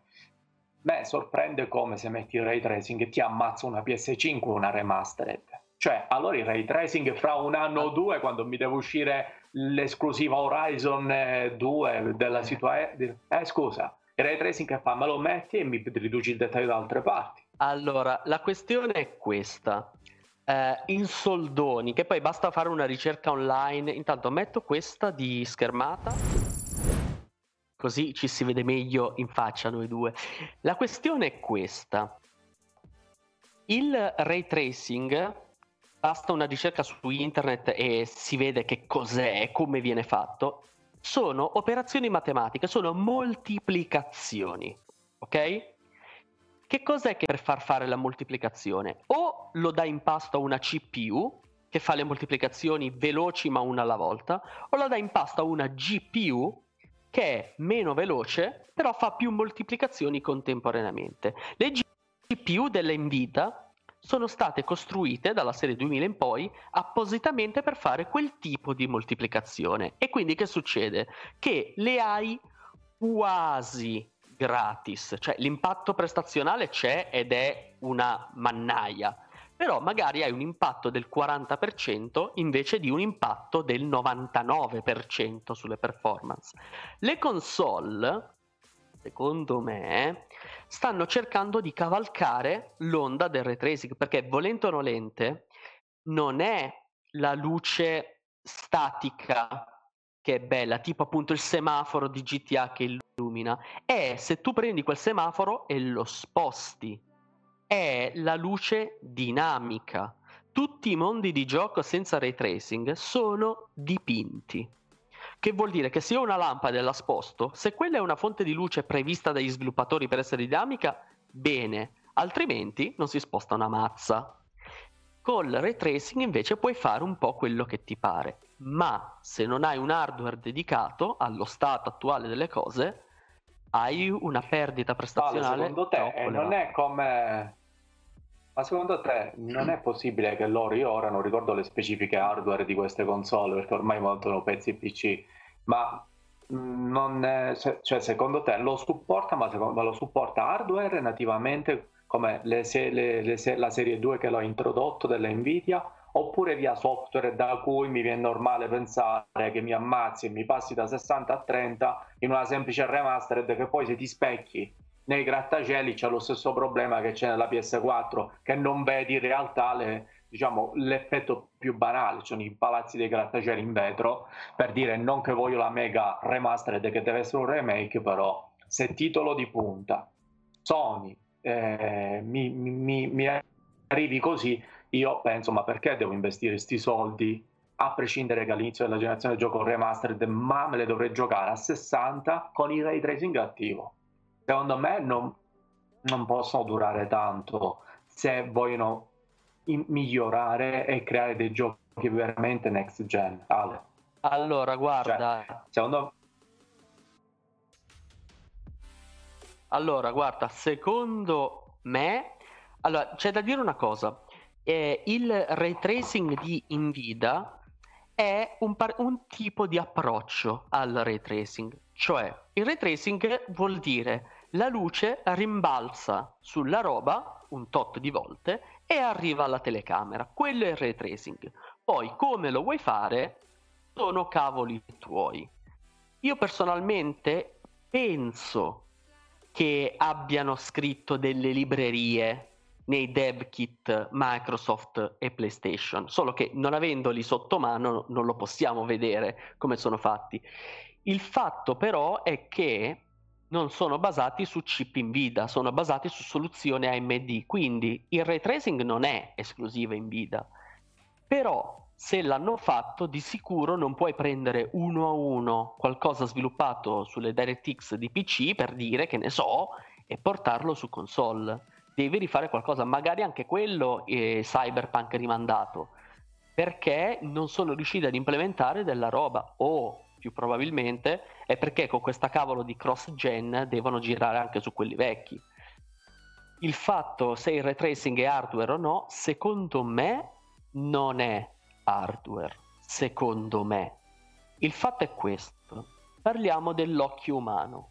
me sorprende come se metti il ray tracing e ti ammazza una P S cinque una remastered. Cioè allora il ray tracing fra un anno o due, quando mi deve uscire l'esclusiva Horizon due della situazione, eh scusa, il ray tracing che fa? Me lo metti e mi riduci il dettaglio da altre parti. Allora la questione è questa. Uh, in soldoni, che poi basta fare una ricerca online. Intanto metto questa di schermata, così ci si vede meglio in faccia noi due. La questione è questa: il ray tracing, basta una ricerca su internet e si vede che cos'è e come viene fatto. Sono operazioni matematiche, sono moltiplicazioni, ok? Che cos'è che per far fare la moltiplicazione? O lo dai in pasto a una C P U che fa le moltiplicazioni veloci ma una alla volta, o lo dai in pasto a una G P U che è meno veloce però fa più moltiplicazioni contemporaneamente. Le G P U delle Nvidia sono state costruite dalla serie duemila in poi appositamente per fare quel tipo di moltiplicazione. E quindi che succede? Che le hai quasi gratis, cioè l'impatto prestazionale c'è ed è una mannaia, però magari hai un impatto del quaranta per cento invece di un impatto del novantanove per cento sulle performance. Le console, secondo me, stanno cercando di cavalcare l'onda del ray tracing, perché volente o nolente non è la luce statica che è bella, tipo appunto il semaforo di G T A che illumina, è se tu prendi quel semaforo e lo sposti, è la luce dinamica. Tutti i mondi di gioco senza ray tracing sono dipinti, che vuol dire che se io ho una lampada e la sposto, se quella è una fonte di luce prevista dagli sviluppatori per essere dinamica, bene, altrimenti non si sposta una mazza. Col ray tracing invece puoi fare un po' quello che ti pare, ma se non hai un hardware dedicato allo stato attuale delle cose, hai una perdita prestazionale. Vale, secondo te eh, non è come... Ma secondo te non è possibile che loro, io ora non ricordo le specifiche hardware di queste console perché ormai montano pezzi P C, ma non è, cioè secondo te lo supporta, ma, secondo, ma lo supporta hardware nativamente come le, le, le, la serie due che l'ho introdotto della Nvidia, oppure via software da cui mi viene normale pensare che mi ammazzi e mi passi da sessanta a trenta in una semplice remastered che poi se ti specchi nei grattacieli c'è lo stesso problema che c'è nella P S quattro, che non vedi in realtà le, diciamo, l'effetto più banale, sono i palazzi dei grattacieli in vetro, per dire non che voglio la mega remastered che deve essere un remake, però se titolo di punta Sony eh, mi, mi, mi arrivi così, io penso ma perché devo investire sti soldi, a prescindere che all'inizio della generazione gioco remastered, ma me le dovrei giocare a sessanta con il ray tracing attivo. Secondo me non, non possono durare tanto se vogliono in- migliorare e creare dei giochi veramente next gen. Ale. Allora guarda, cioè, secondo allora guarda, secondo me, allora c'è da dire una cosa, eh, il ray tracing di Nvidia è un, par- un tipo di approccio al ray tracing, cioè il ray tracing vuol dire la luce rimbalza sulla roba un tot di volte e arriva alla telecamera, quello è il ray tracing. Poi come lo vuoi fare sono cavoli tuoi. Io personalmente penso che abbiano scritto delle librerie nei dev kit Microsoft e PlayStation, solo che non avendoli sotto mano non lo possiamo vedere come sono fatti. Il fatto però è che non sono basati su chip Nvidia, sono basati su soluzioni A M D, quindi il ray tracing non è esclusiva Nvidia, però se l'hanno fatto di sicuro non puoi prendere uno a uno qualcosa sviluppato sulle DirectX di P C, per dire, che ne so, e portarlo su console. Devi rifare qualcosa, magari anche quello è Cyberpunk rimandato, perché non sono riusciti ad implementare della roba, o più probabilmente è perché con questa cavolo di cross gen devono girare anche su quelli vecchi. Il fatto se il ray tracing è hardware o no, secondo me non è hardware, secondo me. Il fatto è questo: parliamo dell'occhio umano.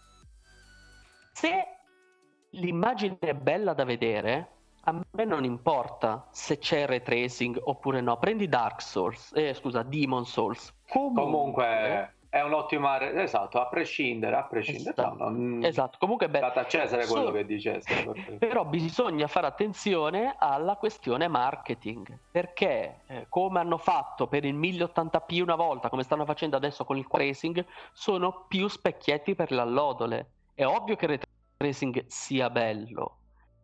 Se l'immagine è bella da vedere, a me non importa se c'è ray tracing oppure no. Prendi Dark Souls, eh, scusa, Demon Souls. Comunque, Comunque è un'ottima, esatto, a prescindere, a prescindere. Esatto, no, non... esatto. Comunque beh, data a Cesare quello so, che dicesse. però bisogna fare attenzione alla questione marketing, perché eh, come hanno fatto per il mille ottanta p una volta, come stanno facendo adesso con il tracing, sono più specchietti per l'allodole. È ovvio che il ray tracing sia bello,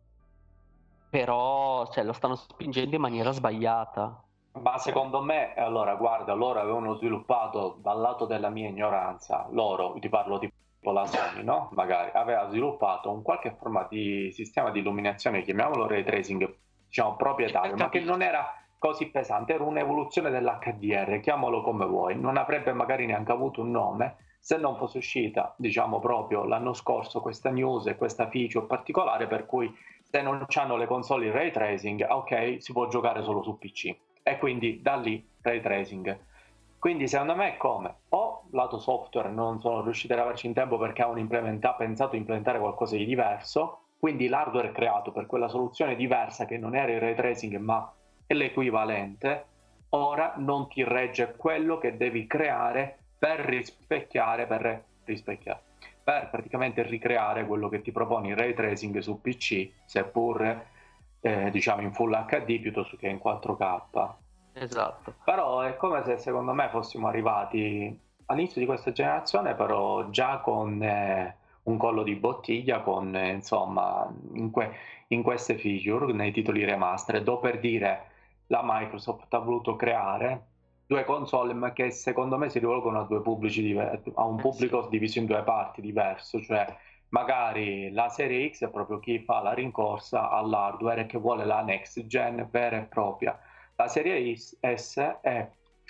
però cioè, lo stanno spingendo in maniera sbagliata. Ma secondo me, allora guarda, loro avevano sviluppato, dal lato della mia ignoranza, loro, ti parlo tipo la Sony, no? Magari aveva sviluppato un qualche forma di sistema di illuminazione, chiamiamolo ray tracing, diciamo proprietario, ma che non era così pesante, era un'evoluzione dell'H D R, chiamalo come vuoi, non avrebbe magari neanche avuto un nome se non fosse uscita, diciamo proprio l'anno scorso, questa news e questa feature particolare per cui se non hanno le console in ray tracing, ok, si può giocare solo su P C. E quindi da lì ray tracing. Quindi secondo me è come o lato software non sono riusciti ad averci in tempo perché hanno implementato, pensato di implementare qualcosa di diverso, quindi l'hardware creato per quella soluzione diversa che non era il ray tracing ma è l'equivalente, ora non ti regge quello che devi creare per rispecchiare, per rispecchiare, per praticamente ricreare quello che ti propone il ray tracing su P C, seppur eh, diciamo in Full H D piuttosto che in quattro K. Esatto. Però è come se secondo me fossimo arrivati all'inizio di questa generazione, però già con eh, un collo di bottiglia, con eh, insomma in, que- in queste feature, nei titoli remaster, do per dire la Microsoft ha voluto creare due console ma che secondo me si rivolgono a due pubblici diversi, a un pubblico sì. diviso in due parti diverso, cioè magari la serie X è proprio chi fa la rincorsa all'hardware e che vuole la next gen vera e propria. La serie S è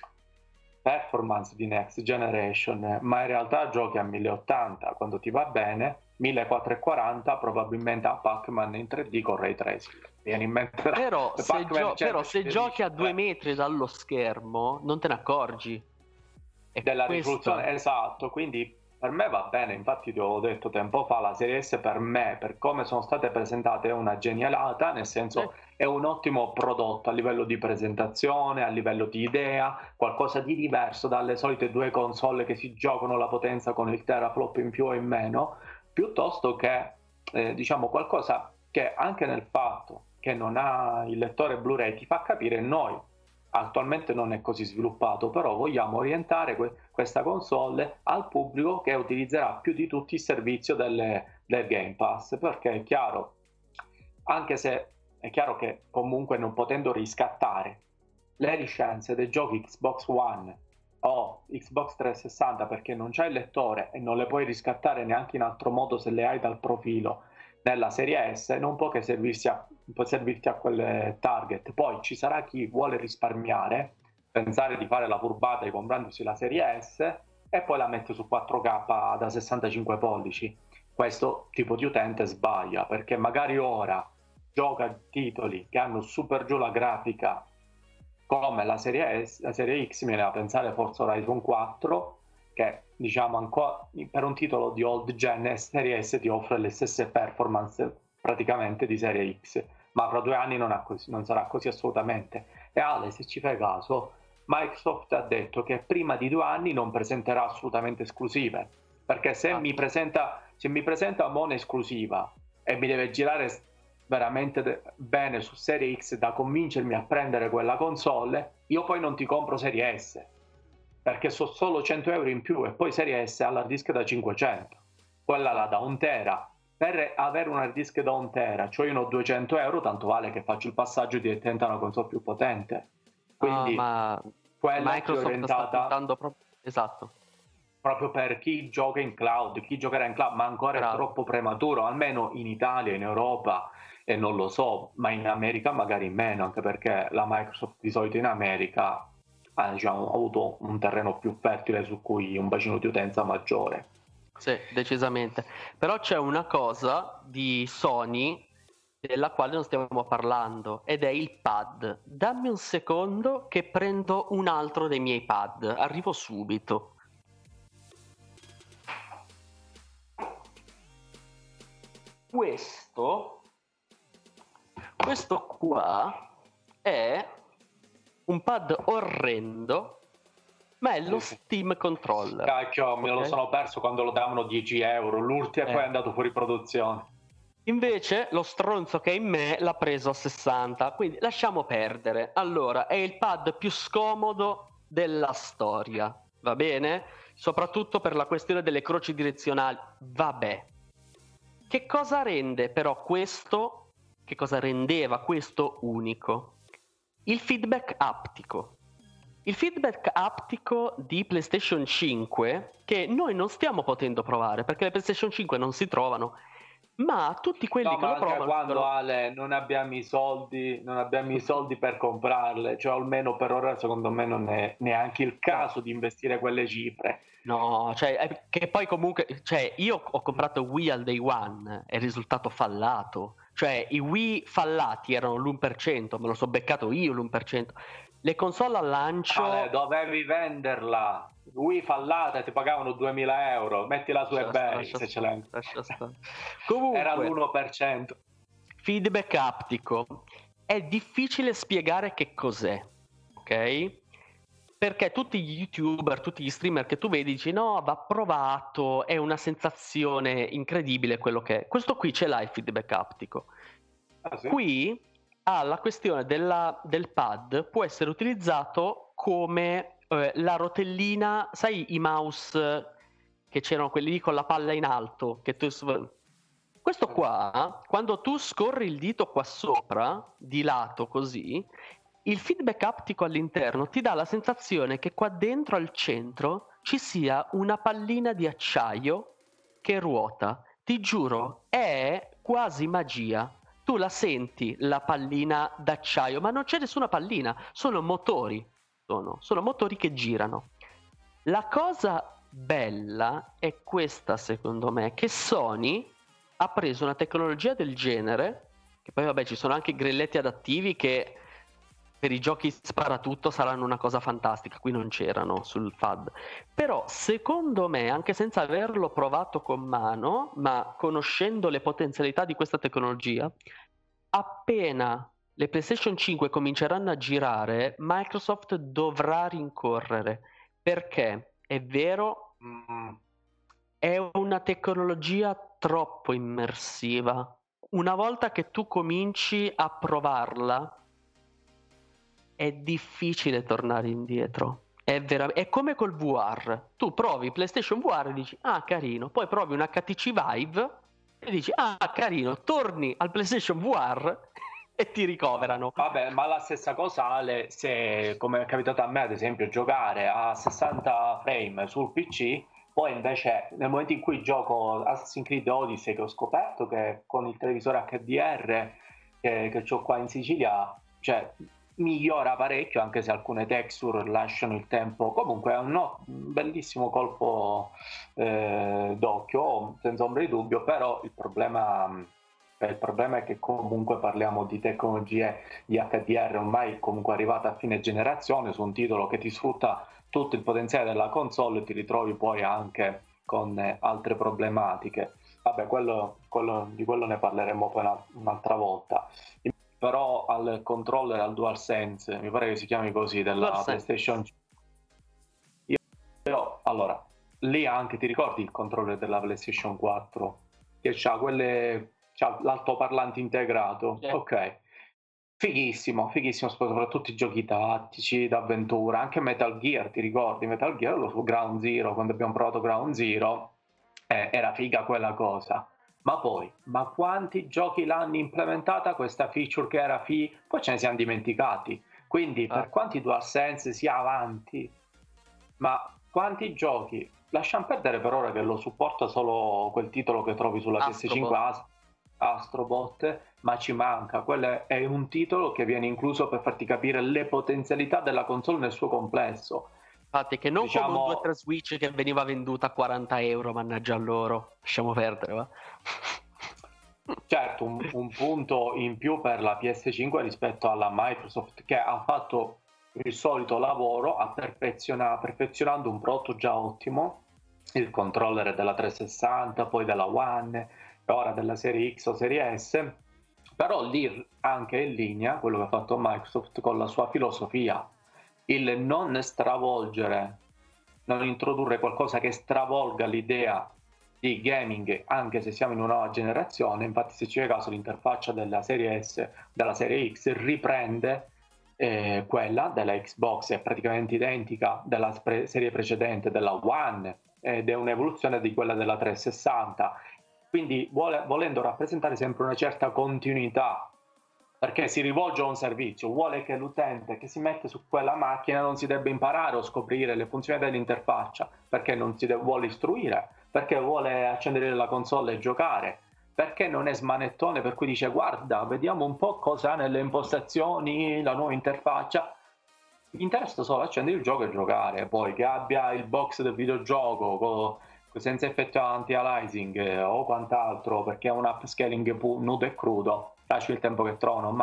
performance di next generation, ma in realtà giochi a mille ottanta quando ti va bene, millequattrocentoquaranta probabilmente a Pac-Man in tre D con ray tracing. Viene in mente Però se, gio- però se giochi a due metri dallo schermo non te ne accorgi. E della questo... risoluzione, esatto, quindi per me va bene, infatti ti ho detto tempo fa, la serie S per me, per come sono state presentate, è una genialata, nel senso eh. è un ottimo prodotto a livello di presentazione, a livello di idea, qualcosa di diverso dalle solite due console che si giocano la potenza con il teraflop in più o in meno, piuttosto che eh, diciamo qualcosa che anche nel fatto che non ha il lettore Blu-ray ti fa capire noi. Attualmente non è così sviluppato, però vogliamo orientare que- questa console al pubblico che utilizzerà più di tutti il servizio delle, del Game Pass, perché è chiaro, anche se è chiaro che comunque non potendo riscattare le licenze dei giochi Xbox One o Xbox trecentosessanta perché non c'è il lettore e non le puoi riscattare neanche in altro modo se le hai dal profilo nella serie S, non può che servirsi a, può servirti a quel target. Poi ci sarà chi vuole risparmiare, pensare di fare la furbata comprandosi la serie S e poi la mette su quattro K da sessantacinque pollici. Questo tipo di utente sbaglia, perché magari ora gioca titoli che hanno super giù la grafica come la serie S, la serie X, mi viene a pensare Forza Horizon quattro, che diciamo ancora per un titolo di old gen serie S ti offre le stesse performance praticamente di serie X, ma fra due anni non, ha così, non sarà così assolutamente. E Ale, se ci fai caso, Microsoft ha detto che prima di due anni non presenterà assolutamente esclusive, perché se ah. mi presenta se mi presenta Mona esclusiva e mi deve girare veramente de- bene su serie X da convincermi a prendere quella console, io poi non ti compro serie S perché so solo cento euro in più, e poi serie S ha l'hard disk da cinquecento, quella là da un tera. Per avere un hard disk da un tera, cioè io ho duecento euro, tanto vale che faccio il passaggio direttamente a una console più potente. Quindi ah, ma quella Microsoft è orientata sta puntando proprio esatto proprio per chi gioca in cloud, chi giocherà in cloud, ma ancora Bravo. È troppo prematuro, almeno in Italia, in Europa, e non lo so, ma in America magari meno, anche perché la Microsoft di solito in America ha diciamo, avuto un terreno più fertile su cui un bacino di utenza maggiore. Sì, decisamente. Però c'è una cosa di Sony della quale non stiamo parlando, ed è il pad. Dammi un secondo che prendo un altro dei miei pad, arrivo subito. Questo questo qua è un pad orrendo, ma è lo Steam Controller. Cacchio, okay. Me lo sono perso quando lo davano dieci euro, l'ultimo eh. poi è andato fuori produzione. Invece lo stronzo che è in me l'ha preso a sessanta, quindi lasciamo perdere. Allora, è il pad più scomodo della storia, va bene? Soprattutto per la questione delle croci direzionali, vabbè. Che cosa rende però questo, che cosa rendeva questo unico? Il feedback aptico. Il feedback aptico di PlayStation cinque, che noi non stiamo potendo provare, perché le PlayStation cinque non si trovano, ma tutti quelli no, che ma lo anche provano quando però... Ale non abbiamo i soldi non abbiamo i soldi per comprarle, cioè almeno per ora secondo me non è neanche il caso di investire quelle cifre. No, cioè che poi comunque, cioè io ho comprato Wii al day one e il risultato fallato, cioè i Wii fallati erano l'uno per cento, me lo so beccato io l'uno per cento. le console al lancio... Ale, dovevi venderla. Wii fallata e ti pagavano duemila euro. Mettila su eBay se ce l'hai. Comunque, era l'uno per cento. Feedback aptico. È difficile spiegare che cos'è, ok? Perché tutti gli youtuber, tutti gli streamer che tu vedi dici no, va provato, è una sensazione incredibile quello che è. Questo qui ce l'ha il feedback aptico. Ah, sì? Qui ha la questione della, del pad, può essere utilizzato come eh, la rotellina, sai i mouse che c'erano quelli lì con la palla in alto, che tu... Questo qua, quando tu scorri il dito qua sopra, di lato così, il feedback aptico all'interno ti dà la sensazione che qua dentro al centro ci sia una pallina di acciaio che ruota. Ti giuro, è quasi magia. Tu la senti, la pallina d'acciaio, ma non c'è nessuna pallina, sono motori, sono, sono motori che girano. La cosa bella è questa, secondo me, che Sony ha preso una tecnologia del genere, che poi vabbè ci sono anche i grilletti adattivi che per i giochi sparatutto saranno una cosa fantastica, qui non c'erano sul F A D, però secondo me, anche senza averlo provato con mano, ma conoscendo le potenzialità di questa tecnologia, appena le PlayStation cinque cominceranno a girare, Microsoft dovrà rincorrere, perché è vero, mm, è una tecnologia troppo immersiva. Una volta che tu cominci a provarla, è difficile tornare indietro. È, vera- è come col V R. Tu provi PlayStation V R e dici ah carino, poi provi un H T C Vive e dici ah carino, torni al PlayStation V R e ti ricoverano. Vabbè, ma la stessa cosa Ale, se come è capitato a me ad esempio giocare a sessanta frame sul P C, poi invece nel momento in cui gioco Assassin's Creed Odyssey, che ho scoperto che con il televisore H D R che, che ho qua in Sicilia, cioè migliora parecchio, anche se alcune texture lasciano il tempo. Comunque è un, no, un bellissimo colpo eh, d'occhio, senza ombra di dubbio, però il problema... Il problema è che comunque parliamo di tecnologie di H D R ormai comunque arrivate a fine generazione, su un titolo che ti sfrutta tutto il potenziale della console e ti ritrovi poi anche con eh, altre problematiche. Vabbè, quello, quello, di quello ne parleremo poi una, un'altra volta. Però al controller, al DualSense, mi pare che si chiami così, della DualSense. PlayStation io, io, allora, lì anche ti ricordi il controller della PlayStation quattro? Che c'ha quelle... c'ha l'altoparlante integrato, yeah. Ok, fighissimo, fighissimo, soprattutto i giochi tattici d'avventura, anche Metal Gear, ti ricordi? Metal Gear lo su Ground Zero, quando abbiamo provato Ground Zero, eh, era figa quella cosa. Ma poi, ma quanti giochi l'hanno implementata questa feature che era fi... Poi ce ne siamo dimenticati. Quindi, ah. per quanti DualSense sia avanti, ma quanti giochi? Lasciamo perdere per ora che lo supporta solo quel titolo che trovi sulla P S cinque A, Astrobot, ma ci manca. Quello è un titolo che viene incluso per farti capire le potenzialità della console nel suo complesso. Infatti, che non diciamo... come un due tre Switch che veniva venduta a quaranta euro, mannaggia loro. Lasciamo perdere, va? Certo, un, un punto in più per la P S cinque rispetto alla Microsoft, che ha fatto il solito lavoro a perfeziona, perfezionando un prodotto già ottimo, il controller della trecentosessanta, poi della One, ora della serie X o serie S, però lì anche in linea quello che ha fatto Microsoft con la sua filosofia, il non stravolgere, non introdurre qualcosa che stravolga l'idea di gaming, anche se siamo in una nuova generazione. Infatti, se ci fai caso, l'interfaccia della serie S, della serie X riprende eh, quella della Xbox, è praticamente identica della pre- serie precedente della One, ed è un'evoluzione di quella della trecentosessanta. Quindi vuole, volendo rappresentare sempre una certa continuità, perché si rivolge a un servizio, vuole che l'utente che si mette su quella macchina non si debba imparare o scoprire le funzioni dell'interfaccia, perché non si de- vuole istruire, perché vuole accendere la console e giocare, perché non è smanettone, per cui dice guarda, vediamo un po' cosa ha nelle impostazioni la nuova interfaccia. Gli interessa solo accendere il gioco e giocare, poi che abbia il box del videogioco con senza effetto anti-aliasing eh, o quant'altro, perché è un upscaling pu- nudo e crudo, lasci il tempo che trovano, ma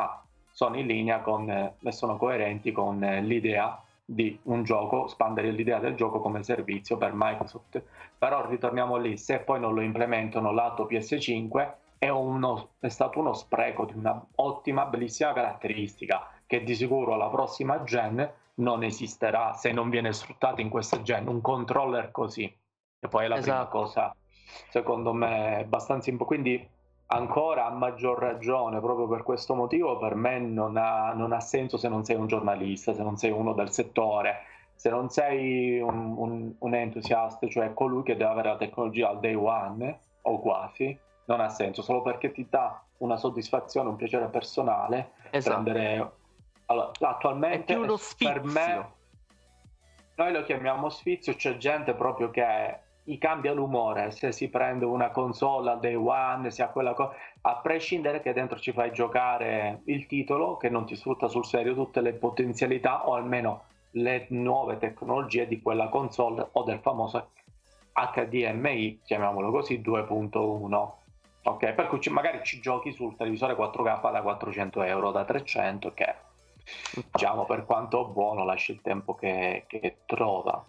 sono in linea con eh, e sono coerenti con eh, l'idea di un gioco, espandere l'idea del gioco come servizio per Microsoft. Però ritorniamo lì, se poi non lo implementano lato P S cinque è, uno, è stato uno spreco di una ottima, bellissima caratteristica che di sicuro alla prossima gen non esisterà se non viene sfruttato in questa gen un controller così, che poi è la Esatto. prima cosa secondo me abbastanza importante. Quindi ancora a maggior ragione, proprio per questo motivo, per me non ha, non ha senso se non sei un giornalista, se non sei uno del settore, se non sei un, un, un entusiasta, cioè colui che deve avere la tecnologia al day one o quasi, non ha senso, solo perché ti dà una soddisfazione, un piacere personale. Esatto. Prendere... Allora, attualmente è più uno per me, sfizio. noi lo chiamiamo sfizio, c'è gente proprio che gli cambia l'umore se si prende una console al day one, sia quella cosa, a prescindere che dentro ci fai giocare il titolo, che non ti sfrutta sul serio tutte le potenzialità o almeno le nuove tecnologie di quella console o del famoso H D M I, chiamiamolo così, due punto uno. Ok, per cui ci, magari ci giochi sul televisore quattro K da quattrocento euro, da trecento, che diciamo per quanto buono lascia il tempo che, che trova.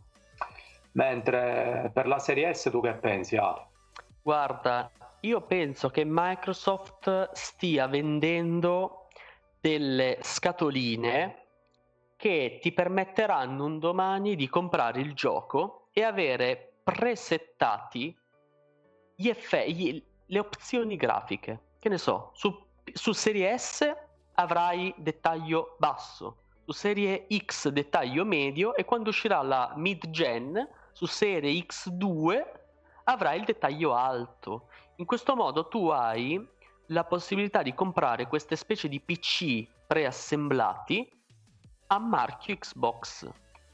Mentre per la serie S tu che pensi, Ale? Guarda, io penso che Microsoft stia vendendo delle scatoline che ti permetteranno un domani di comprare il gioco e avere presettati gli effetti, le opzioni grafiche. Che ne so, su, su serie S avrai dettaglio basso, su serie X dettaglio medio, e quando uscirà la mid-gen su serie X due avrai il dettaglio alto. In questo modo tu hai la possibilità di comprare queste specie di P C preassemblati a marchio Xbox,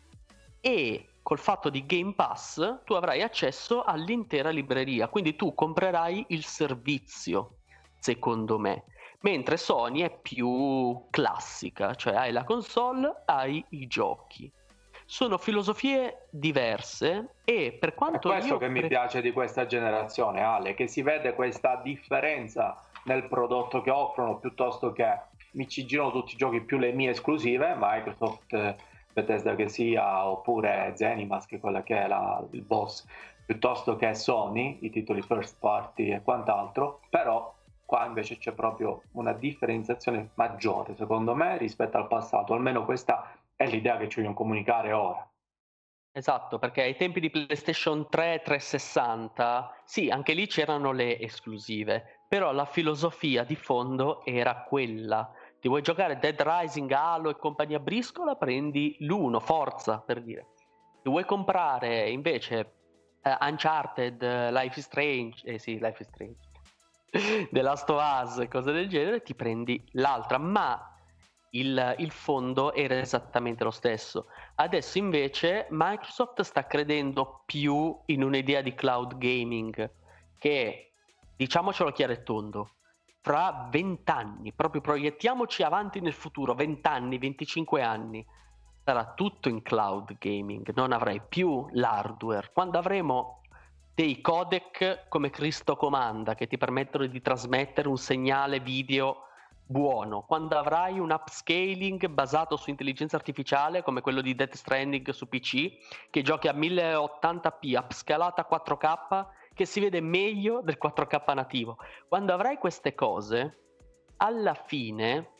e col fatto di Game Pass tu avrai accesso all'intera libreria, quindi tu comprerai il servizio, secondo me. Mentre Sony è più classica, cioè hai la console, hai i giochi. Sono filosofie diverse, e per quanto è questo io che pre- mi piace di questa generazione, Ale, che si vede questa differenza nel prodotto che offrono, piuttosto che mi ci girano tutti i giochi più le mie esclusive, Microsoft, Bethesda che sia, oppure Zenimax, che è quella che è la, il boss, piuttosto che Sony, i titoli first party e quant'altro. Però qua invece c'è proprio una differenziazione maggiore, secondo me, rispetto al passato. Almeno questa è l'idea che ci vogliono comunicare ora. Esatto, perché ai tempi di PlayStation tre trecentosessanta, sì, anche lì c'erano le esclusive, però la filosofia di fondo era quella. Ti vuoi giocare Dead Rising, Halo e compagnia briscola? Prendi l'uno, Forza, per dire. Ti vuoi comprare invece uh, Uncharted, uh, Life is Strange, eh sì, Life is Strange, The Last of Us e cose del genere, ti prendi l'altra, ma il, il fondo era esattamente lo stesso. Adesso invece Microsoft sta credendo più in un'idea di cloud gaming che, diciamocelo chiaro e tondo, fra vent'anni, proprio proiettiamoci avanti nel futuro, vent'anni, venticinque anni, sarà tutto in cloud gaming, non avrai più l'hardware. Quando avremo dei codec come Cristo comanda che ti permettono di trasmettere un segnale video buono, quando avrai un upscaling basato su intelligenza artificiale come quello di Death Stranding su P C, che giochi a mille ottanta p upscalata quattro K, che si vede meglio del quattro K nativo, quando avrai queste cose, alla fine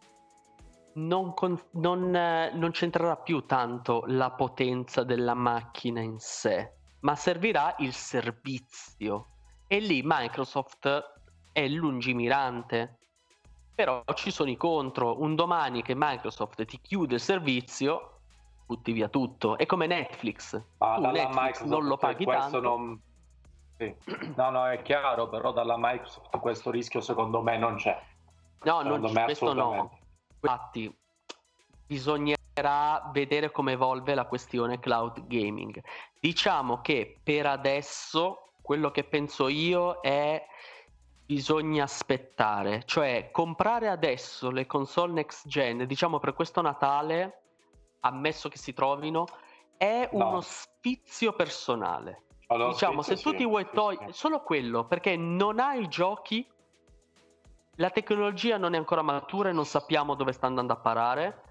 non, con, non, eh, non c'entrerà più tanto la potenza della macchina in sé, ma servirà il servizio, e lì Microsoft è lungimirante. Però ci sono i contro. Un domani che Microsoft ti chiude il servizio, butti via tutto. È come Netflix. Ma tu dalla Netflix Microsoft non lo paghi questo tanto. non... Sì. No, no, è chiaro, però dalla Microsoft questo rischio secondo me non c'è. No, secondo non, me questo no. Infatti, bisognerà vedere come evolve la questione cloud gaming. Diciamo che per adesso quello che penso io è bisogna aspettare, cioè comprare adesso le console next gen, diciamo per questo Natale, ammesso che si trovino, è uno No. sfizio personale. Allora, Diciamo, sfizio, se tu sì, ti vuoi sì, togliere sì. solo quello, perché non hai giochi, la tecnologia non è ancora matura e non sappiamo dove sta andando a parare,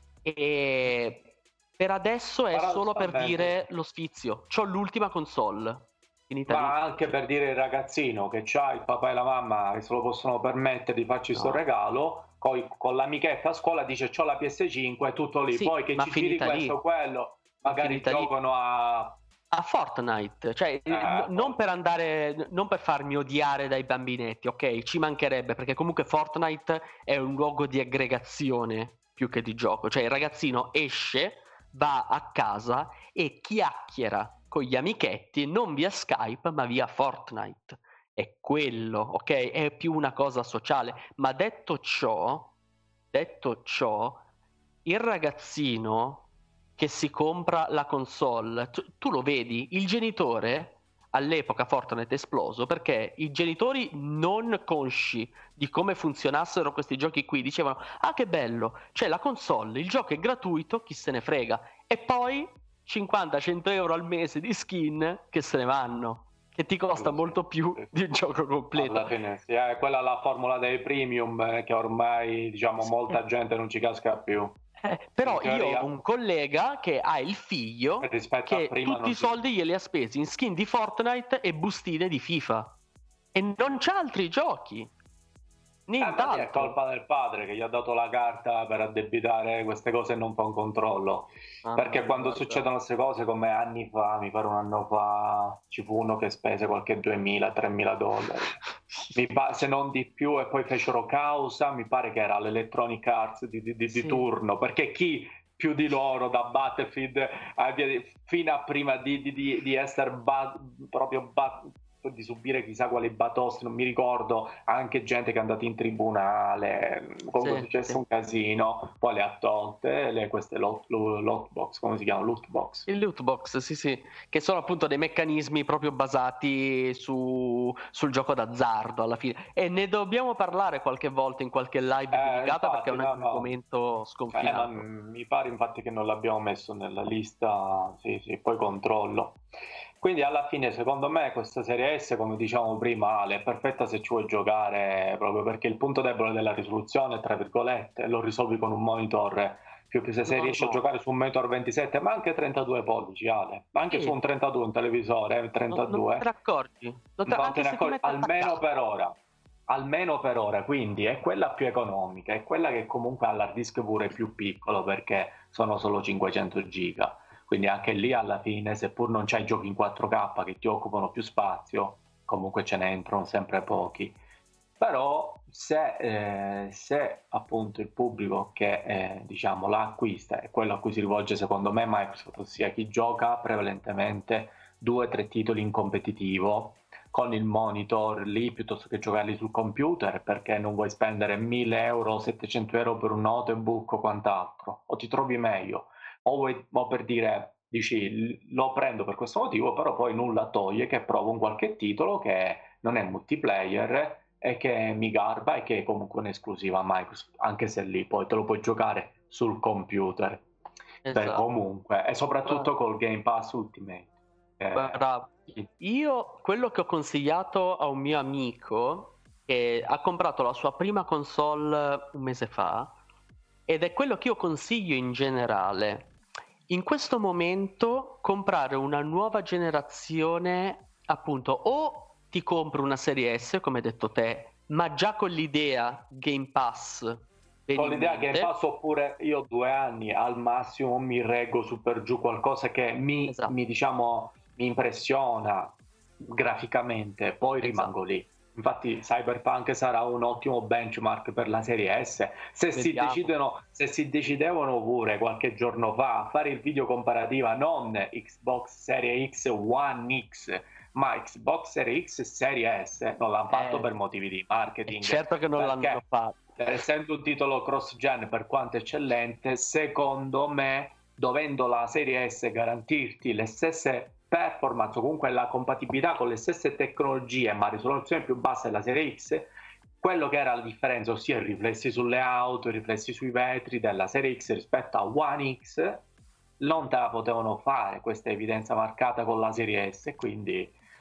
e per adesso è solo per dire lo sfizio. C'ho l'ultima console. Finita Ma lì. anche per dire il ragazzino che c'ha il papà e la mamma che se lo possono permettere di farci questo No. regalo, poi con l'amichetta a scuola dice c'ho la P S cinque, è tutto lì, Sì, poi che ma ci giri finita lì. questo o quello, Ma magari finita lì. giocano a... A Fortnite, cioè Eh, n- non per andare, non per farmi odiare dai bambinetti, ok? Ci mancherebbe, perché comunque Fortnite è un luogo di aggregazione più che di gioco. Cioè il ragazzino esce, va a casa e chiacchiera con gli amichetti, non via Skype, ma via Fortnite. È quello, ok? È più una cosa sociale. Ma detto ciò, detto ciò, il ragazzino che si compra la console, tu, tu lo vedi, il genitore all'epoca Fortnite è esploso perché i genitori non consci di come funzionassero questi giochi qui dicevano: ah, che bello, c'è la console, il gioco è gratuito, chi se ne frega, e poi cinquanta cento euro al mese di skin che se ne vanno, che ti costa Sì, molto più sì, sì. di un gioco completo. Alla fine sì, è quella la formula dei premium, eh, che ormai diciamo Sì. molta gente non ci casca più. Eh, però In io teoria, ho un collega che ha il figlio rispetto a che prima tutti non i ci- soldi glieli ha spesi in skin di Fortnite e bustine di FIFA. E non c'ha altri giochi. Eh, ma lì è Nient'altro. colpa del padre che gli ha dato la carta per addebitare queste cose e non fa un controllo. Ah, Perché no, quando guarda. succedono queste cose, come anni fa, mi pare un anno fa, ci fu uno che spese qualche duemila tremila dollari. Mi pa- se non di più, e poi fecero causa, mi pare che era l'Electronic Arts di, di- di- di Sì. turno, perché chi più di loro da Battlefield a via- fino a prima di, di- di- di essere ba- proprio ba- di subire chissà quali batosti, non mi ricordo, anche gente che è andata in tribunale, comunque Sì, è successo sì. un casino, poi le ha tolte, le, queste lot, lot box, come si chiama? Loot box. Il loot box, sì, sì, che sono appunto dei meccanismi proprio basati su, sul gioco d'azzardo alla fine. E ne dobbiamo parlare qualche volta in qualche live Eh, dedicata, infatti, perché è un no, no. argomento Eh, ma sconfinato. mi pare infatti che non l'abbiamo messo nella lista, sì, sì, poi controllo. Quindi alla fine, secondo me, questa serie S, come diciamo prima, Ale, è perfetta se ci vuoi giocare, proprio perché il punto debole della risoluzione, tra virgolette, lo risolvi con un monitor, più che se, se No, riesci a no. giocare su un monitor ventisette, ma anche trentadue pollici, Ale, ma anche Sì. su un trentadue, un televisore, eh, Non, non trentadue, te ne accorgi. Non te- non anche te ne se ti accorgi, metti almeno attaccato. per ora. Almeno per ora, quindi è quella più economica, è quella che comunque ha l'hard disk pure più piccolo perché sono solo cinquecento giga. Quindi anche lì alla fine, seppur non c'hai giochi in quattro K che ti occupano più spazio, comunque ce ne entrano sempre pochi. Però se, eh, se appunto il pubblico che eh, diciamo la acquista è quello a cui si rivolge secondo me Microsoft, ossia chi gioca prevalentemente due o tre titoli in competitivo con il monitor lì piuttosto che giocarli sul computer, perché non vuoi spendere mille euro, settecento euro per un notebook o quant'altro, o ti trovi meglio, o, vuoi, o per dire, dici lo prendo per questo motivo, però poi nulla toglie che provo un qualche titolo che non è multiplayer e che mi garba e che è comunque un'esclusiva Microsoft, anche se lì poi te lo puoi giocare sul computer. Esatto. Beh, comunque, e soprattutto col Game Pass Ultimate. Eh, Guarda, io quello che ho consigliato a un mio amico che ha comprato la sua prima console un mese fa, ed è quello che io consiglio in generale. In questo momento comprare una nuova generazione, appunto, o ti compri una serie S, come hai detto te, ma già con l'idea Game Pass. Con l'idea Game Pass, oppure io due anni al massimo mi reggo su per giù qualcosa che mi, Esatto. mi diciamo mi impressiona graficamente, poi Esatto. rimango lì. Infatti Cyberpunk sarà un ottimo benchmark per la serie S. Se si, decidono, se si decidevano pure qualche giorno fa a fare il video comparativa non Xbox Serie X One X, ma Xbox Serie X Serie S, non l'hanno fatto Eh, per motivi di marketing. Certo che non perché, l'hanno fatto. Essendo un titolo cross-gen per quanto eccellente, secondo me, dovendo la serie S garantirti le stesse performance o comunque la compatibilità con le stesse tecnologie ma risoluzione più bassa della serie X, quello che era la differenza, ossia i riflessi sulle auto, i riflessi sui vetri della serie X rispetto a One X, non te la potevano fare questa evidenza marcata con la serie S, quindi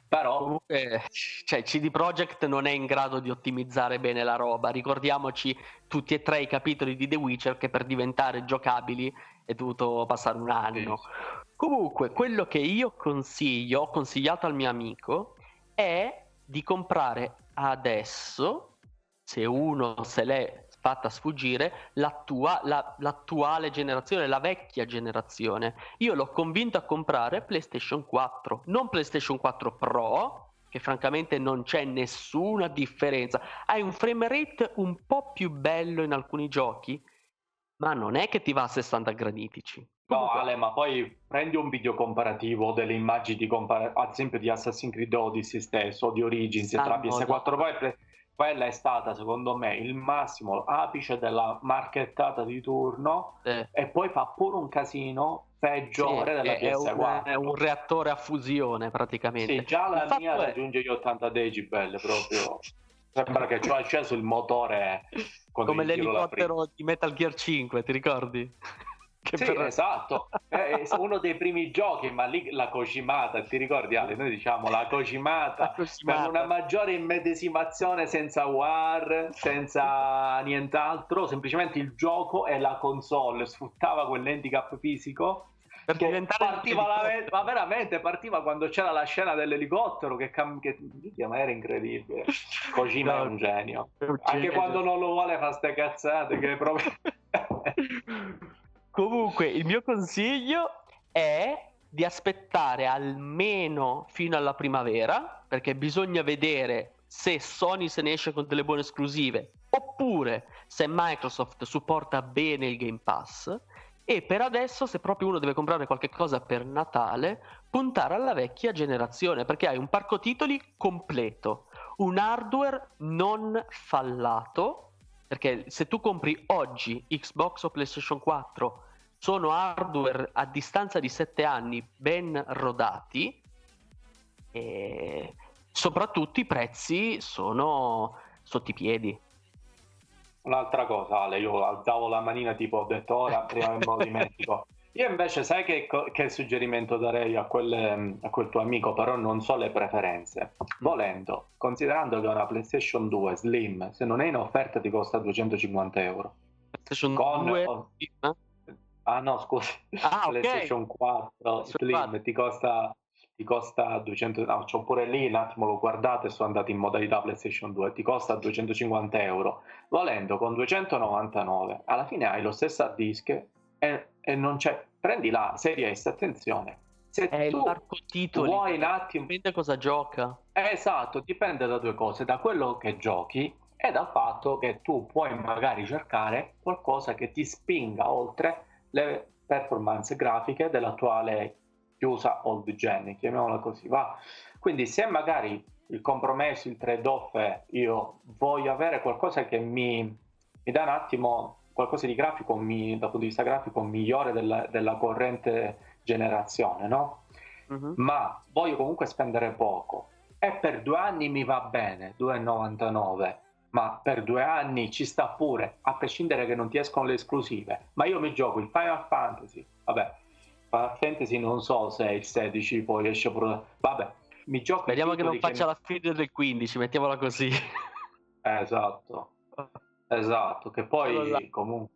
Però Comunque, cioè, C D Projekt non è in grado di ottimizzare bene la roba. Ricordiamoci tutti e tre i capitoli di The Witcher che per diventare giocabili è dovuto passare un anno. sì, Comunque, quello che io consiglio, ho consigliato al mio amico, è di comprare adesso, se uno se l'è fatta sfuggire, l'attua- la- l'attuale generazione, la vecchia generazione. Io l'ho convinto a comprare PlayStation quattro, non PlayStation quattro Pro, che francamente non c'è nessuna differenza. Hai un frame rate un po' più bello in alcuni giochi, ma non è che ti va a sessanta graditici. no, Comunque, Ale, ma poi prendi un video comparativo delle immagini di compar- ad esempio di Assassin's Creed Odyssey stesso, di Origins ah, tra no, P S quattro no. Pro e Play- quella è stata secondo me il massimo apice della marchettata di turno, Eh, e poi fa pure un casino sì, peggiore della è, è un, è un P S quattro. reattore a fusione Sì, praticamente. già Il la mia fatto è, raggiunge gli ottanta decibel proprio. Sembra che ci ho acceso il motore quando come gli tiro la prima. l'elicottero di Metal Gear cinque, ti ricordi? Che Sì, per- esatto, è è uno dei primi giochi, ma lì la Kojimata, ti ricordi Ale? Noi diciamo la La Kojimata per Kojimata. una maggiore immedesimazione senza war, senza nient'altro, semplicemente il gioco e la console sfruttava quell'handicap fisico Per che diventare partiva la, l'elicottero. ma veramente partiva quando c'era la scena dell'elicottero che, cam- che minchia, ma era incredibile. Kojima è No, un genio, è un anche genio. quando non lo vuole fa ste cazzate che proprio Comunque, il mio consiglio è di aspettare almeno fino alla primavera, perché bisogna vedere se Sony se ne esce con delle buone esclusive, oppure se Microsoft supporta bene il Game Pass. E per adesso, se proprio uno deve comprare qualche cosa per Natale, puntare alla vecchia generazione, perché hai un parco titoli completo, un hardware non fallato, perché se tu compri oggi Xbox o PlayStation quattro sono hardware a distanza di sette anni ben rodati, e soprattutto i prezzi sono sotto i piedi. un'altra cosa, Ale, io alzavo la manina tipo ho detto ora, prima che me lo dimentico. Io invece sai che, co- che suggerimento darei a, quelle- a quel tuo amico, però non so le preferenze. Volendo, considerando che una PlayStation due Slim, se non è in offerta ti costa duecentocinquanta euro. PlayStation Con... due, oh, eh? ah no, scusa, Ah, ok. PlayStation quattro PlayStation quattro. Slim ti costa, ti costa duecento, no, c'ho pure lì, un attimo l'ho guardato e sono andato in modalità PlayStation due, ti costa duecentocinquanta euro. Volendo con duecentonovantanove, alla fine hai lo stesso hard disk e, e non c'è, prendi la serie S, attenzione, se È il tu parco titoli, vuoi un attimo, dipende cosa gioca. eh, esatto, dipende da due cose, da quello che giochi e dal fatto che tu puoi magari cercare qualcosa che ti spinga oltre le performance grafiche dell'attuale chiusa old gen, chiamiamola così, va. Quindi se magari il compromesso, il trade-off è io voglio avere qualcosa che mi, mi dà un attimo qualcosa di grafico, mi, dal punto di vista grafico migliore della, della corrente generazione, no? Mhm. Ma voglio comunque spendere poco e per due anni mi va bene, due e novantanove, ma per due anni ci sta pure, a prescindere che non ti escono le esclusive. Ma io mi gioco il Final Fantasy, vabbè, Final Fantasy non so se il sedici poi esce pure, vabbè, mi gioco i Speriamo che non titoli faccia mi- la fine del quindici, mettiamola così. Eh, esatto, esatto, che Quello là. poi comunque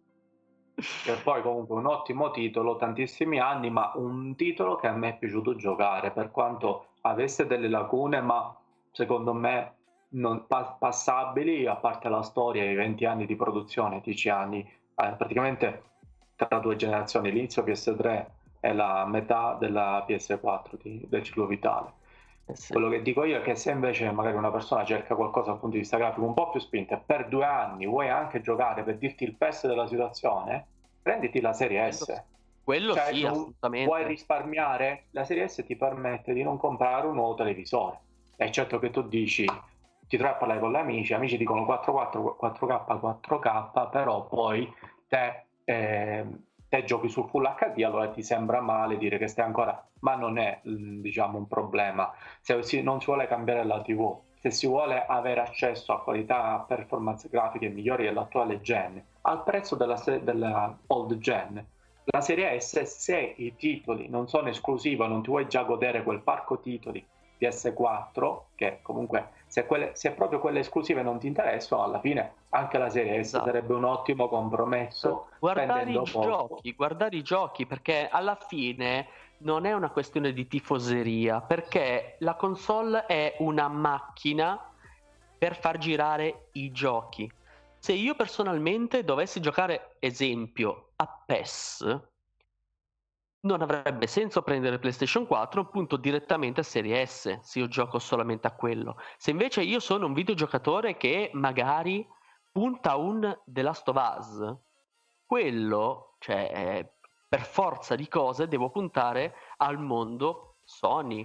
che poi comunque un ottimo titolo, tantissimi anni, ma un titolo che a me è piaciuto giocare, per quanto avesse delle lacune, ma secondo me non pa- passabili, a parte la storia, i venti anni di produzione, dieci anni, eh, praticamente tra due generazioni, l'inizio P S tre e la metà della P S quattro di- del ciclo vitale. Eh sì. Quello che dico io è che se invece magari una persona cerca qualcosa dal punto di vista grafico un po' più spinto e per due anni vuoi anche giocare per dirti il pesto della situazione, prenditi la serie S. Quello Cioè, sì, non assolutamente. vuoi risparmiare? La serie S ti permette di non comprare un nuovo televisore. È certo che tu dici, ti trovi a parlare con gli amici, gli amici dicono quattro K, quattro K, però poi te, eh, te giochi sul Full H D, allora ti sembra male dire che stai ancora, ma non è diciamo un problema. Se si, non si vuole cambiare la tivù, se si vuole avere accesso a qualità performance grafiche migliori dell'attuale gen al prezzo della, della old gen, la serie S, se i titoli non sono esclusivi, non ti vuoi già godere quel parco titoli P S quattro, che comunque se, quelle, se proprio quelle esclusive non ti interessano, alla fine anche la serie S Esatto. sarebbe un ottimo compromesso. Guardare i poco. giochi, guardare i giochi, perché alla fine non è una questione di tifoseria, perché la console è una macchina per far girare i giochi. Se io personalmente dovessi giocare, esempio, a P E S, non avrebbe senso prendere PlayStation quattro, punto direttamente a Serie S, se io gioco solamente a quello. Se invece io sono un videogiocatore che magari punta a un The Last of Us, quello, cioè, eh, per forza di cose devo puntare al mondo Sony.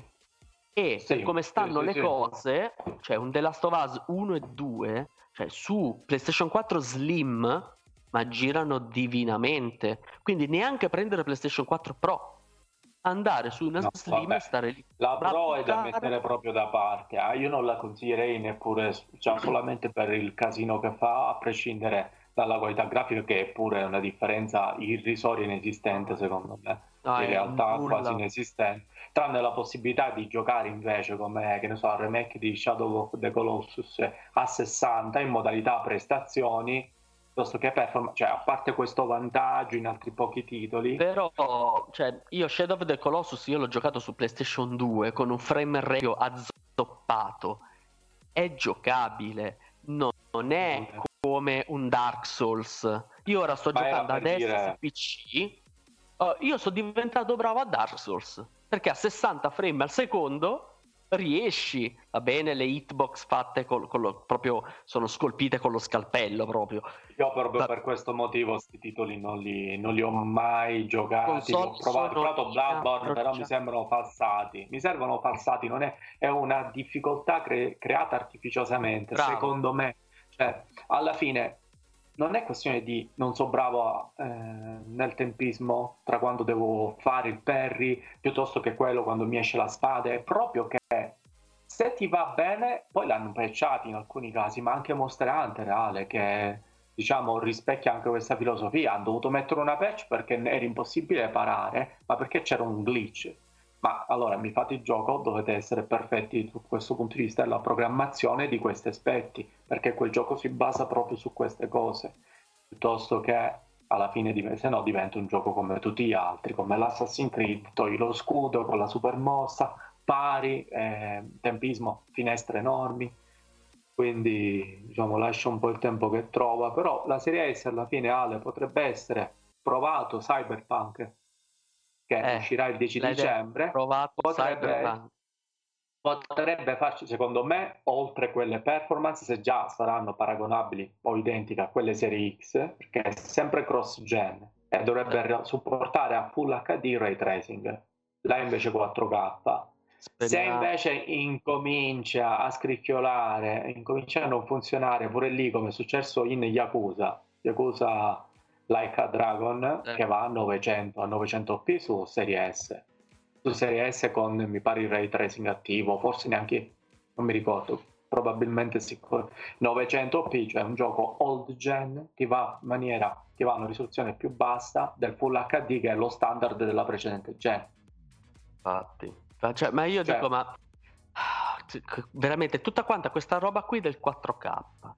E Sì, per come stanno sì, le sì, cose, cioè un The Last of Us uno e due, cioè su PlayStation quattro Slim, ma girano divinamente. Quindi neanche prendere PlayStation quattro Pro, andare su una no, Slim vabbè. e stare lì. La Ma Pro è da puntare- mettere proprio da parte. Ah, io non la consiglierei neppure, cioè, solamente per il casino che fa, a prescindere dalla qualità grafica, che è pure una differenza irrisoria, inesistente secondo me, No, in è realtà quasi nulla. inesistente, tranne la possibilità di giocare invece come, che ne so, il remake di Shadow of the Colossus a sessanta in modalità prestazioni, piuttosto che performance, cioè a parte questo vantaggio in altri pochi titoli. Però, cioè, io Shadow of the Colossus io l'ho giocato su PlayStation due con un frame rate azzoppato. È giocabile, non, non è come un Dark Souls. Io ora sto Ma era giocando per adesso dire- su P C. Oh, io sono diventato bravo a Dark Souls perché a sessanta frame al secondo riesci, va bene, le hitbox fatte col, con lo- proprio sono scolpite con lo scalpello proprio. Io proprio Da- per questo motivo questi titoli non li, non li ho mai giocati, li ho console provati, ho sono provato Bloodborne, però mi inapprovvigionate. sembrano falsati, mi servono falsati, non è, è una difficoltà cre- creata artificiosamente, Bravo. secondo me, cioè, alla fine non è questione di non so bravo eh, nel tempismo tra quando devo fare il parry piuttosto che quello quando mi esce la spada, è proprio che se ti va bene, poi l'hanno patchati in alcuni casi, ma anche Monster Hunter Ale, che diciamo rispecchia anche questa filosofia, hanno dovuto mettere una patch perché era impossibile parare, ma perché c'era un glitch. Ma allora mi fate il gioco, dovete essere perfetti su questo punto di vista della programmazione di questi aspetti, perché quel gioco si basa proprio su queste cose, piuttosto che alla fine div- se no diventa un gioco come tutti gli altri, come l'Assassin's Creed, togli lo scudo con la super mossa, pari, eh, tempismo, finestre enormi, quindi diciamo lascia un po' il tempo che trova, però la serie S alla fine Ale potrebbe essere provato Cyberpunk, che Eh, uscirà il dieci l'hai dicembre, provato potrebbe, Cyberpunk. potrebbe farci secondo me, oltre quelle performance, se già saranno paragonabili o identiche a quelle serie X, perché è sempre cross gen e dovrebbe supportare a Full H D Ray Tracing, là invece quattro K. Se Speriamo. invece incomincia a scricchiolare, incomincia a non funzionare pure lì come è successo in Yakuza, Yakuza Like a Dragon, Eh. che va a novecento, a novecento p su serie S, su serie S con mi pare il ray tracing attivo, forse neanche, non mi ricordo, probabilmente sì, novecento p, cioè un gioco old gen, ti va in maniera, ti va a una risoluzione più bassa del Full H D che è lo standard della precedente gen. Infatti. Cioè, ma io Cioè, dico, ma veramente tutta quanta questa roba qui del quattro K,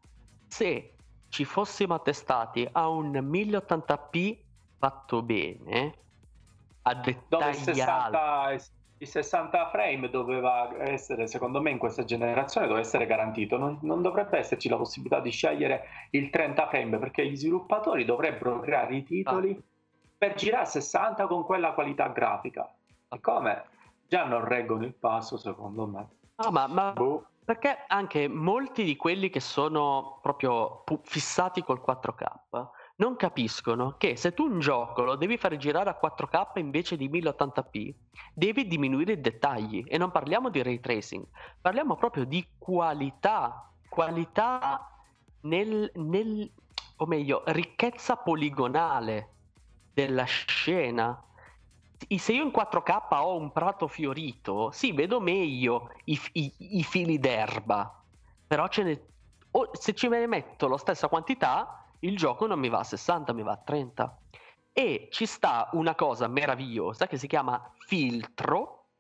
se ci fossimo attestati a un mille ottanta p fatto bene, a dove il dettagliato, sessanta, il sessanta frame doveva essere, secondo me in questa generazione doveva essere garantito, non, non dovrebbe esserci la possibilità di scegliere il trenta frame, perché gli sviluppatori dovrebbero creare i titoli ah. per girare a sessanta con quella qualità grafica, e come già non reggono il passo secondo me. No, ma, ma Boh. perché anche molti di quelli che sono proprio pu- fissati col quattro K non capiscono che se tu un gioco lo devi fare girare a quattro K invece di mille ottanta p, devi diminuire i dettagli, e non parliamo di ray tracing, parliamo proprio di qualità, qualità nel, nel o meglio, ricchezza poligonale della scena. Se io in quattro K ho un prato fiorito, sì, vedo meglio i, i, i fili d'erba, però ce ne... o se ci ne metto la stessa quantità, il gioco non mi va a sessanta, mi va a trenta. E ci sta una cosa meravigliosa che si chiama filtro,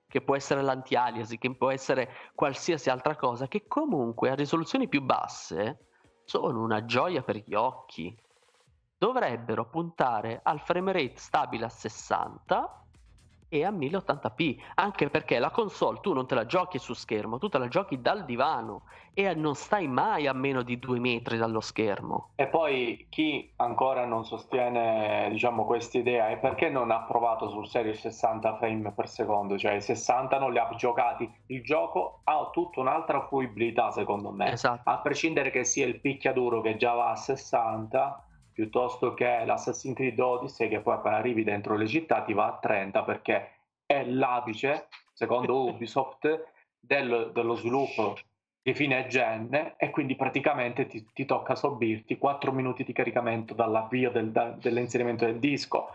che può essere l'anti-aliasing, che può essere qualsiasi altra cosa, che comunque a risoluzioni più basse sono una gioia per gli occhi. Dovrebbero puntare al frame rate stabile a sessanta e a mille ottanta p, anche perché la console tu non te la giochi su schermo, tu te la giochi dal divano e non stai mai a meno di due metri dallo schermo. E poi chi ancora non sostiene, diciamo, quest'idea, è perché non ha provato sul serio sessanta frame per secondo, cioè i sessanta non li ha giocati. Il gioco ha tutta un'altra fruibilità, secondo me, esatto. A prescindere che sia il picchiaduro che già va a sessanta, piuttosto che l'Assassin's Creed Odyssey, che poi appena arrivi dentro le città ti va a trenta, perché è l'apice, secondo Ubisoft, del, dello sviluppo di fine gen, e quindi praticamente ti, ti tocca sorbirti quattro minuti di caricamento dall'avvio del, da, dell'inserimento del disco,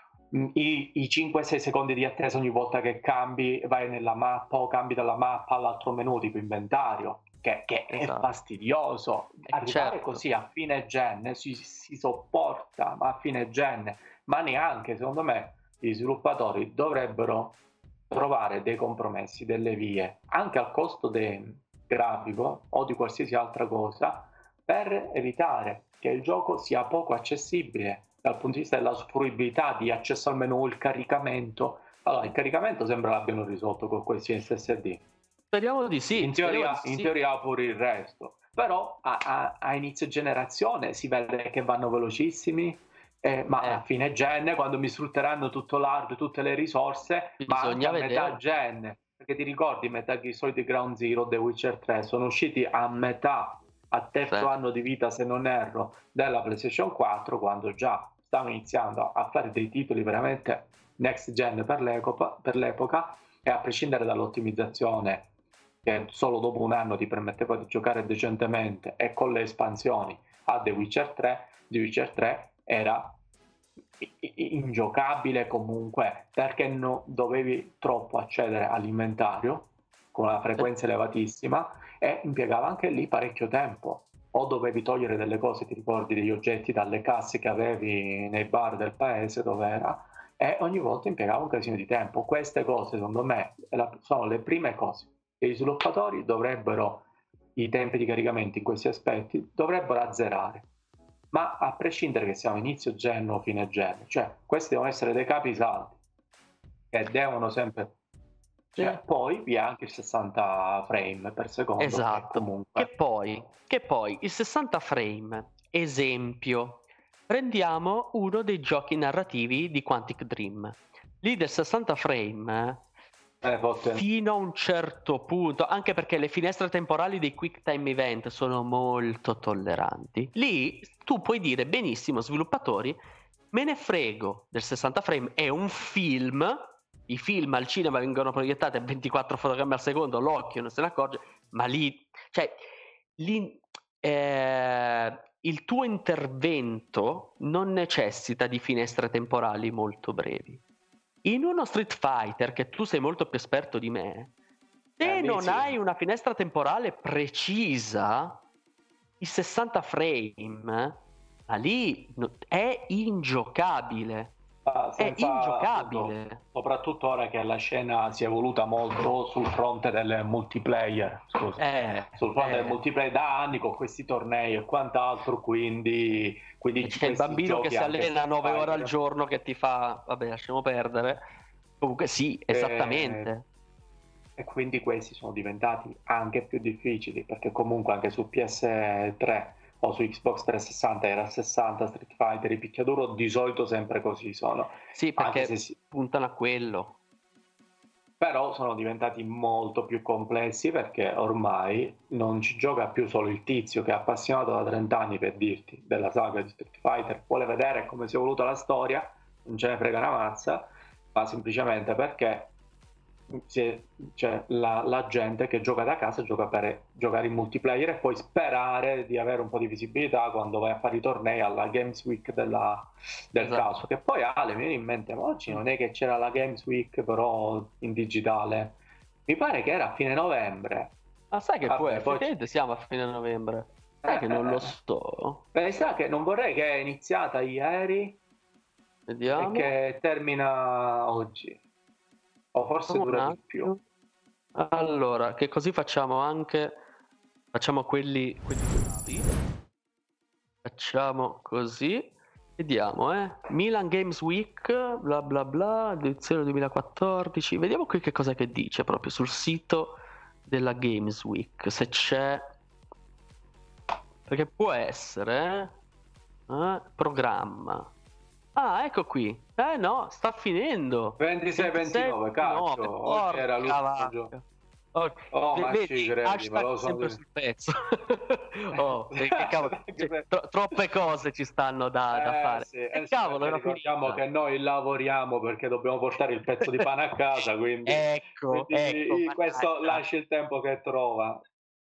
i, i cinque sei secondi di attesa ogni volta che cambi, vai nella mappa o cambi dalla mappa all'altro menu tipo inventario, che, che esatto. È fastidioso. Arrivare certo. Così a fine gen si, si sopporta, ma a fine gen, ma neanche, secondo me gli sviluppatori dovrebbero trovare dei compromessi, delle vie, anche al costo del grafico o di qualsiasi altra cosa, per evitare che il gioco sia poco accessibile dal punto di vista della fruibilità, di accesso al menu, il caricamento. Allora, il caricamento sembra l'abbiano risolto con questi S S D. Speriamo di sì. In teoria, di sì. In teoria pure il resto. Però a, a, a inizio generazione si vede che vanno velocissimi, eh, ma eh. a fine gen, quando mi sfrutteranno tutto l'hardware, tutte le risorse, bisogna ma anche a metà gen, perché ti ricordi Metal Gear Solid Ground Zero, The Witcher tre, sono usciti a metà, a terzo sì. anno di vita, se non erro, della PlayStation quattro, quando già stavano iniziando a fare dei titoli veramente next gen per l'epoca, per l'epoca e a prescindere dall'ottimizzazione che solo dopo un anno ti permetteva di giocare decentemente, e con le espansioni a The Witcher tre, The Witcher tre era ingiocabile comunque, perché no, dovevi troppo accedere all'inventario con una frequenza elevatissima e impiegava anche lì parecchio tempo, o dovevi togliere delle cose, ti ricordi, degli oggetti dalle casse che avevi nei bar del paese dove era, e ogni volta impiegava un casino di tempo. Queste cose secondo me sono le prime cose che gli sviluppatori dovrebbero, i tempi di caricamento in questi aspetti dovrebbero azzerare, ma a prescindere che siamo inizio gen o fine gen, cioè questi devono essere dei capisaldi che devono sempre, cioè, sì. Poi vi è anche il sessanta frame per secondo, esatto, che, comunque... che poi che poi il sessanta frame, esempio, prendiamo uno dei giochi narrativi di Quantic Dream, lì del sessanta frame Eh, fino a un certo punto, anche perché le finestre temporali dei quick time event sono molto tolleranti, lì tu puoi dire benissimo, sviluppatori, me ne frego del sessanta frame, è un film, i film al cinema vengono proiettati a ventiquattro fotogrammi al secondo, l'occhio non se ne accorge, ma lì, cioè lì eh, il tuo intervento non necessita di finestre temporali molto brevi. In uno Street Fighter, che tu sei molto più esperto di me, se eh, non sì. hai una finestra temporale precisa, il sessanta frame, ma lì è ingiocabile. Ah, è ingiocabile. Appunto, soprattutto ora che la scena si è evoluta molto sul fronte del multiplayer, scusa, eh, sul fronte eh. del multiplayer da anni con questi tornei e quant'altro, quindi, quindi c'è il bambino che si allena nove ore al giorno che ti fa, vabbè, lasciamo perdere. Comunque sì, esattamente. E, e quindi questi sono diventati anche più difficili, perché comunque anche su P S tre o su Xbox trecentosessanta era sessanta Street Fighter, i picchiaduro di solito sempre così sono. Sì, perché se si... puntano a quello. Però sono diventati molto più complessi, perché ormai non ci gioca più solo il tizio che è appassionato da trenta anni, per dirti, della saga di Street Fighter, vuole vedere come si è evoluta la storia, non ce ne frega una mazza, ma semplicemente perché c'è, c'è la, la gente che gioca da casa, gioca per giocare in multiplayer e poi sperare di avere un po' di visibilità quando vai a fare i tornei alla Games Week della, del esatto. caso, che poi Ale, mi viene in mente, ma oggi non è che c'era la Games Week però in digitale, mi pare che era a fine novembre. Ma sai che Vabbè, poi effettivamente siamo a fine novembre, sai eh, che non lo so, beh, sai che non vorrei che è iniziata ieri. Vediamo. E che termina oggi. O forse Un dura di più. attimo. Allora, che così facciamo anche facciamo quelli quelli bravi. Facciamo così. Vediamo, eh. Milan Games Week, bla bla bla, edizione duemilaquattordici. Vediamo qui che cosa che dice proprio sul sito della Games Week, se c'è, perché può essere, eh? Eh, programma. Ah, ecco qui. Eh no, sta finendo. ventisei ventinove, cazzo, oggi era l'ultimo giorno. Oh, Oh, v- ma vedi, ci credi, me hashtag lo so sempre dire. sul pezzo. Oh, che, che cavolo, cioè, tro- troppe cose ci stanno da, da Eh, fare. sì, E eh sì, cavolo, perché era ricordiamo finita. che noi lavoriamo perché dobbiamo portare il pezzo di pane a casa, quindi, Ecco, ecco, quindi questo mannaggia. lascia il tempo che trova.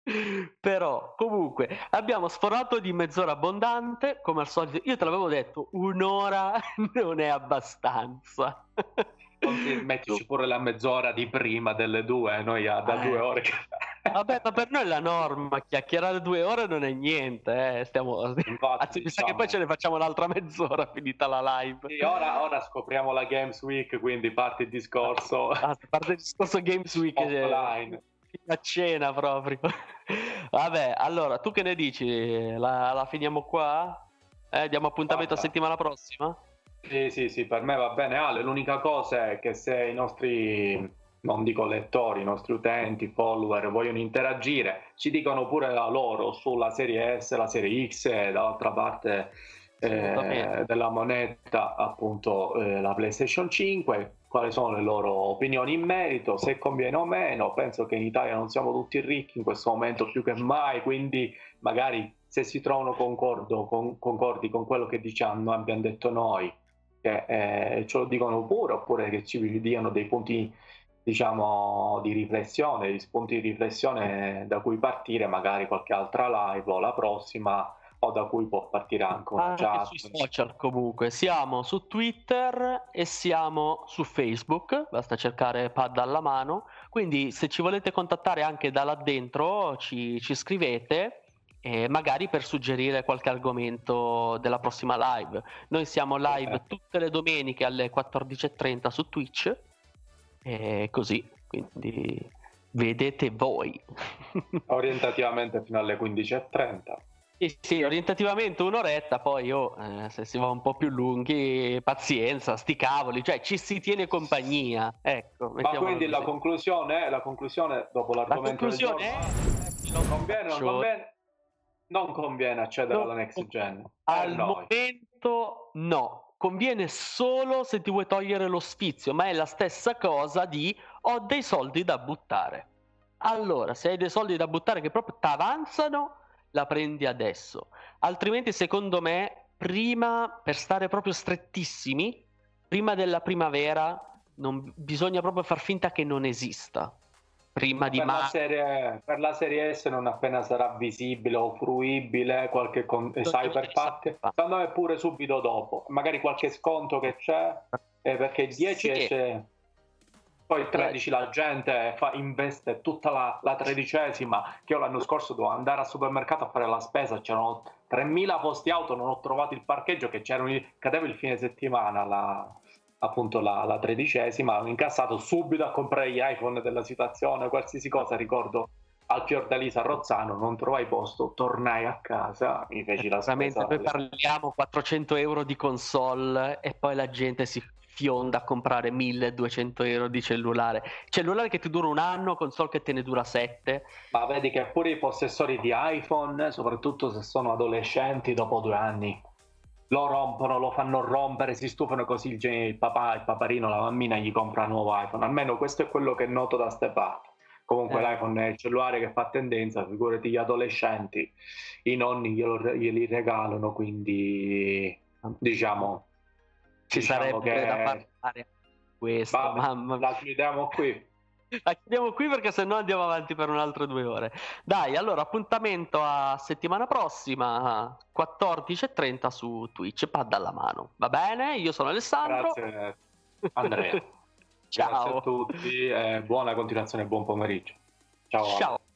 Però comunque abbiamo sforato di mezz'ora abbondante, come al solito. Io te l'avevo detto, un'ora non è abbastanza. Conti- mettici pure la mezz'ora di prima delle due, noi ha da Eh. due ore che... Vabbè, ma per noi è la norma, chiacchierare due ore non è niente, eh. Stiamo... Infatti, Anzi, mi sa che diciamo- poi ce ne facciamo un'altra mezz'ora finita la live. Sì, ora, ora scopriamo la Games Week, quindi parte il discorso Ah, a parte il discorso Games Week, eh, offline. a cena proprio. Vabbè, allora, tu che ne dici? La, la finiamo qua? Eh, diamo appuntamento a Guarda. settimana prossima? Sì, sì, sì, per me va bene Ale, l'unica cosa è che se i nostri, non dico lettori, i nostri utenti, follower vogliono interagire, ci dicono pure la loro sulla serie S, la serie X e dall'altra parte eh, della moneta appunto eh, la PlayStation cinque, quali sono le loro opinioni in merito, se conviene o meno. Penso che in Italia non siamo tutti ricchi in questo momento più che mai, quindi magari se si trovano concordo, con, concordi con quello che diciamo, abbiamo detto noi, che eh, ce lo dicono pure, oppure che ci diano dei punti, diciamo, di riflessione, degli spunti di riflessione da cui partire, magari qualche altra live o la prossima, o da cui può partire anche una Anche chat. sui social comunque, siamo su Twitter e siamo su Facebook, basta cercare Pad alla mano, quindi se ci volete contattare anche da là dentro ci, ci scrivete, e magari per suggerire qualche argomento della prossima live. Noi siamo live Eh. tutte le domeniche alle quattordici e trenta su Twitch, e così, quindi vedete voi. Orientativamente fino alle quindici e trenta. Sì, sì, orientativamente un'oretta, poi oh, eh, se si va un po' più lunghi, pazienza, sti cavoli, cioè ci si tiene compagnia, ecco. Ma mettiamola quindi la così. conclusione, la conclusione dopo La l'argomento del conclusione giorno, è non conviene, non faccio- conviene, non conviene accedere No, alla next gen. al Per noi. momento no, conviene solo se ti vuoi togliere lo sfizio, ma è la stessa cosa di ho dei soldi da buttare. Allora, se hai dei soldi da buttare che proprio ti avanzano, la prendi adesso. Altrimenti, secondo me, prima, per stare proprio strettissimi, prima della primavera, non, bisogna proprio far finta che non esista. Prima di Per la, maggio. serie, per la serie S non appena sarà visibile o fruibile qualche con, eh, Cyberpunk, secondo me pure subito dopo, magari qualche sconto che c'è, eh, perché il dieci Sì. esce, poi il tredici la gente fa, investe tutta la, la tredicesima, che io l'anno scorso dovevo andare al supermercato a fare la spesa, c'erano tremila posti auto, non ho trovato il parcheggio, che c'erano, cadeva il fine settimana la... appunto la, la tredicesima, ho incassato subito a comprare gli iPhone della situazione, qualsiasi cosa. Ricordo al Fiordalisa a Rozzano, non trovai posto, tornai a casa, mi feci la spesa. Poi parliamo quattrocento euro di console e poi la gente si fionda a comprare milleduecento euro di cellulare, cellulare che ti dura un anno, console che te ne dura sette. Ma vedi che pure i possessori di iPhone, soprattutto se sono adolescenti, dopo due anni lo rompono, lo fanno rompere, si stufano, così il, il papà, il paparino, la mammina gli compra un nuovo iPhone. Almeno questo è quello che noto da ste parti. Comunque Eh. l'iPhone è il cellulare che fa tendenza, figurati gli adolescenti, i nonni glielo, glieli regalano, quindi diciamo ci diciamo sarebbe che... da parlare questo. Vabbè, mamma mia. la chiudiamo qui. La chiudiamo qui perché sennò andiamo avanti per un'altre due ore. Dai, allora appuntamento a settimana prossima, quattordici e trenta su Twitch, Pad alla mano. Va bene? Io sono Alessandro. Grazie Andrea. Ciao. Grazie a tutti e buona continuazione e buon pomeriggio. Ciao. Ciao.